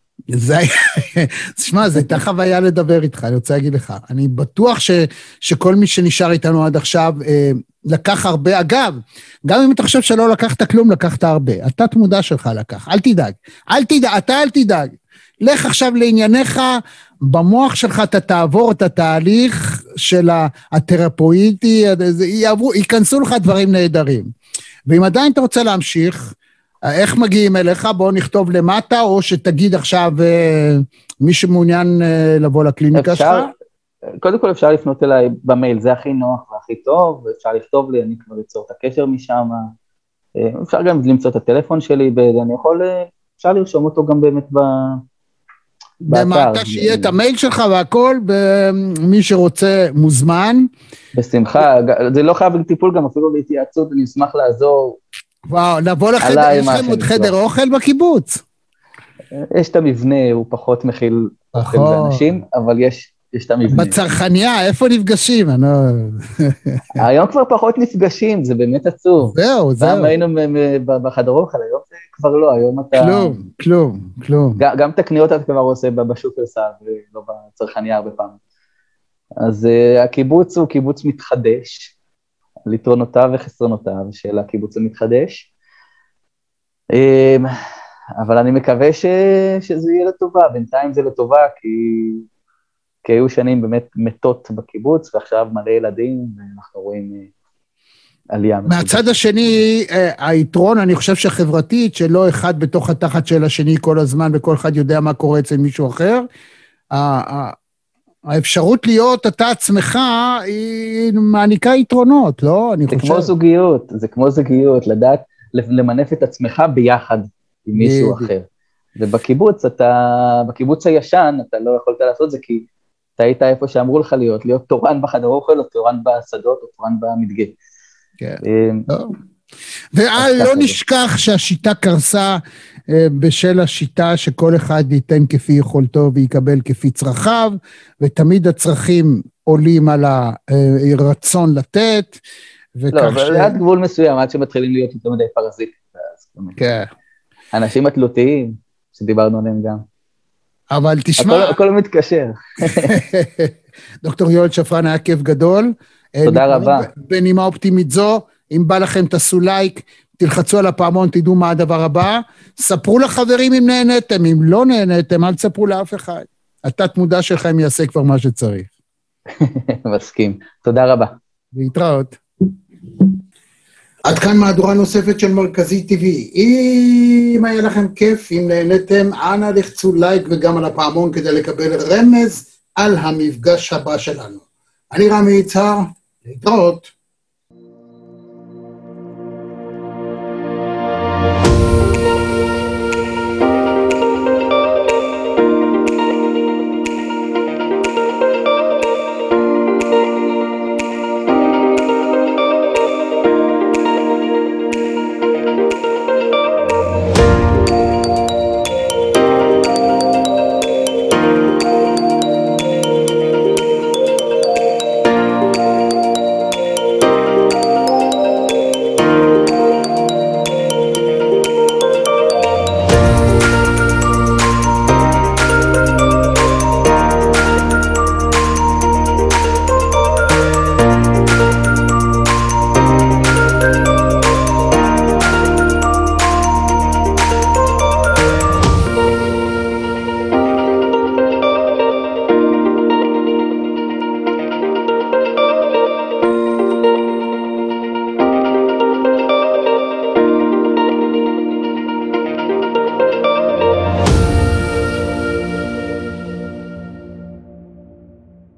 Speaker 1: תשמע, זה הייתה חוויה לדבר איתך, אני רוצה להגיד לך. אני בטוח שכל מי שנשאר איתנו עד עכשיו, לקח הרבה. אגב, גם אם אתה חושב שלא לקחת כלום, לקחת הרבה. אתה תמודה שלך לקח, אל תדאג. אתה אל תדאג. לך עכשיו לענייניך, במוח שלך אתה תעבור את התהליך של התרפואיטי, ייכנסו לך דברים נהדרים. ואם עדיין אתה רוצה להמשיך, איך מגיעים אליך? בואו נכתוב למטה, או שתגיד עכשיו מי שמעוניין לבוא לקליניקה שלך?
Speaker 2: קודם כל אפשר לפנות אליי במייל, זה הכי נוח והכי טוב, ואפשר לכתוב לי, אני כבר אצור את הקשר משם, אפשר גם למצוא את הטלפון שלי, אפשר לרשום אותו גם באמת
Speaker 1: במטה שיהיה את המייל שלך והכל, מי שרוצה מוזמן.
Speaker 2: בשמחה, זה לא חייב טיפול גם אפילו להתייעצות, אני אשמח לעזור.
Speaker 1: וואו, נבוא לחדר, יש לכם עוד חדר אוכל בקיבוץ?
Speaker 2: יש את המבנה, הוא פחות מכיל אוכל ואנשים, אבל יש את המבנה.
Speaker 1: בצרכניה, איפה נפגשים?
Speaker 2: היום כבר פחות נפגשים, זה באמת עצוב.
Speaker 1: זהו.
Speaker 2: פעם היינו בחדר אוכל, היום זה כבר לא, היום אתה...
Speaker 1: כלום.
Speaker 2: גם את הקניות אתה כבר עושה בשופרסל, ולא בצרכניה הרבה פעמים. אז הקיבוץ הוא קיבוץ מתחדש, על יתרונותיו וחסרונותיו של הקיבוץ המתחדש. אבל אני מקווה שזה יהיה לטובה, בינתיים זה לטובה, כי היו שנים באמת מתות בקיבוץ, ועכשיו מלא ילדים, ואנחנו רואים עלייה.
Speaker 1: מהצד השני, היתרון, אני חושב שחברתית, שלא אחד בתוך התחת של השני כל הזמן, וכל אחד יודע מה קורה אצל מישהו אחר, האפשרות להיות אתה עצמך, היא מעניקה יתרונות, לא?
Speaker 2: זה כמו זוגיות, לדעת למנף את עצמך ביחד עם מישהו אחר. ובקיבוץ, בקיבוץ הישן, אתה לא יכולת לעשות זה, כי אתה היית איפה שאמרו לך להיות תורן בחדר אוכל, או תורן בשדות, או תורן במדגה.
Speaker 1: כן, טוב. ולא נשכח שהשיטה קרסה בשל השיטה שכל אחד ייתן כפי יכולתו ויקבל כפי צרכיו, ותמיד הצרכים עולים על הרצון לתת,
Speaker 2: לא, אבל עד גבול מסוים, עד שמתחילים להיות יותר מדי פרזיט.
Speaker 1: כן.
Speaker 2: אנשים התלותיים, שדיברנו עליהם גם.
Speaker 1: אבל תשמע...
Speaker 2: הכל מתקשר.
Speaker 1: דוקטור יואל שפרן, היה כיף גדול.
Speaker 2: תודה רבה.
Speaker 1: בנימה אופטימית זו, אם בא לכם תעשו לייק, תלחצו על הפעמון, תדעו מה הדבר הבא. ספרו לחברים אם נהנתם, אם לא נהנתם, אל תספרו לאף אחד. התת מודע שלכם יעשה כבר מה שצריך.
Speaker 2: מסכים. תודה רבה.
Speaker 1: להתראות. עד כאן מהדורה נוספת של מרכזי TV. אם היה לכם כיף, אם נהנתם, אנא לחצו לייק וגם על הפעמון כדי לקבל רמז על המפגש הבא שלנו. אני רמי יצהר, להתראות.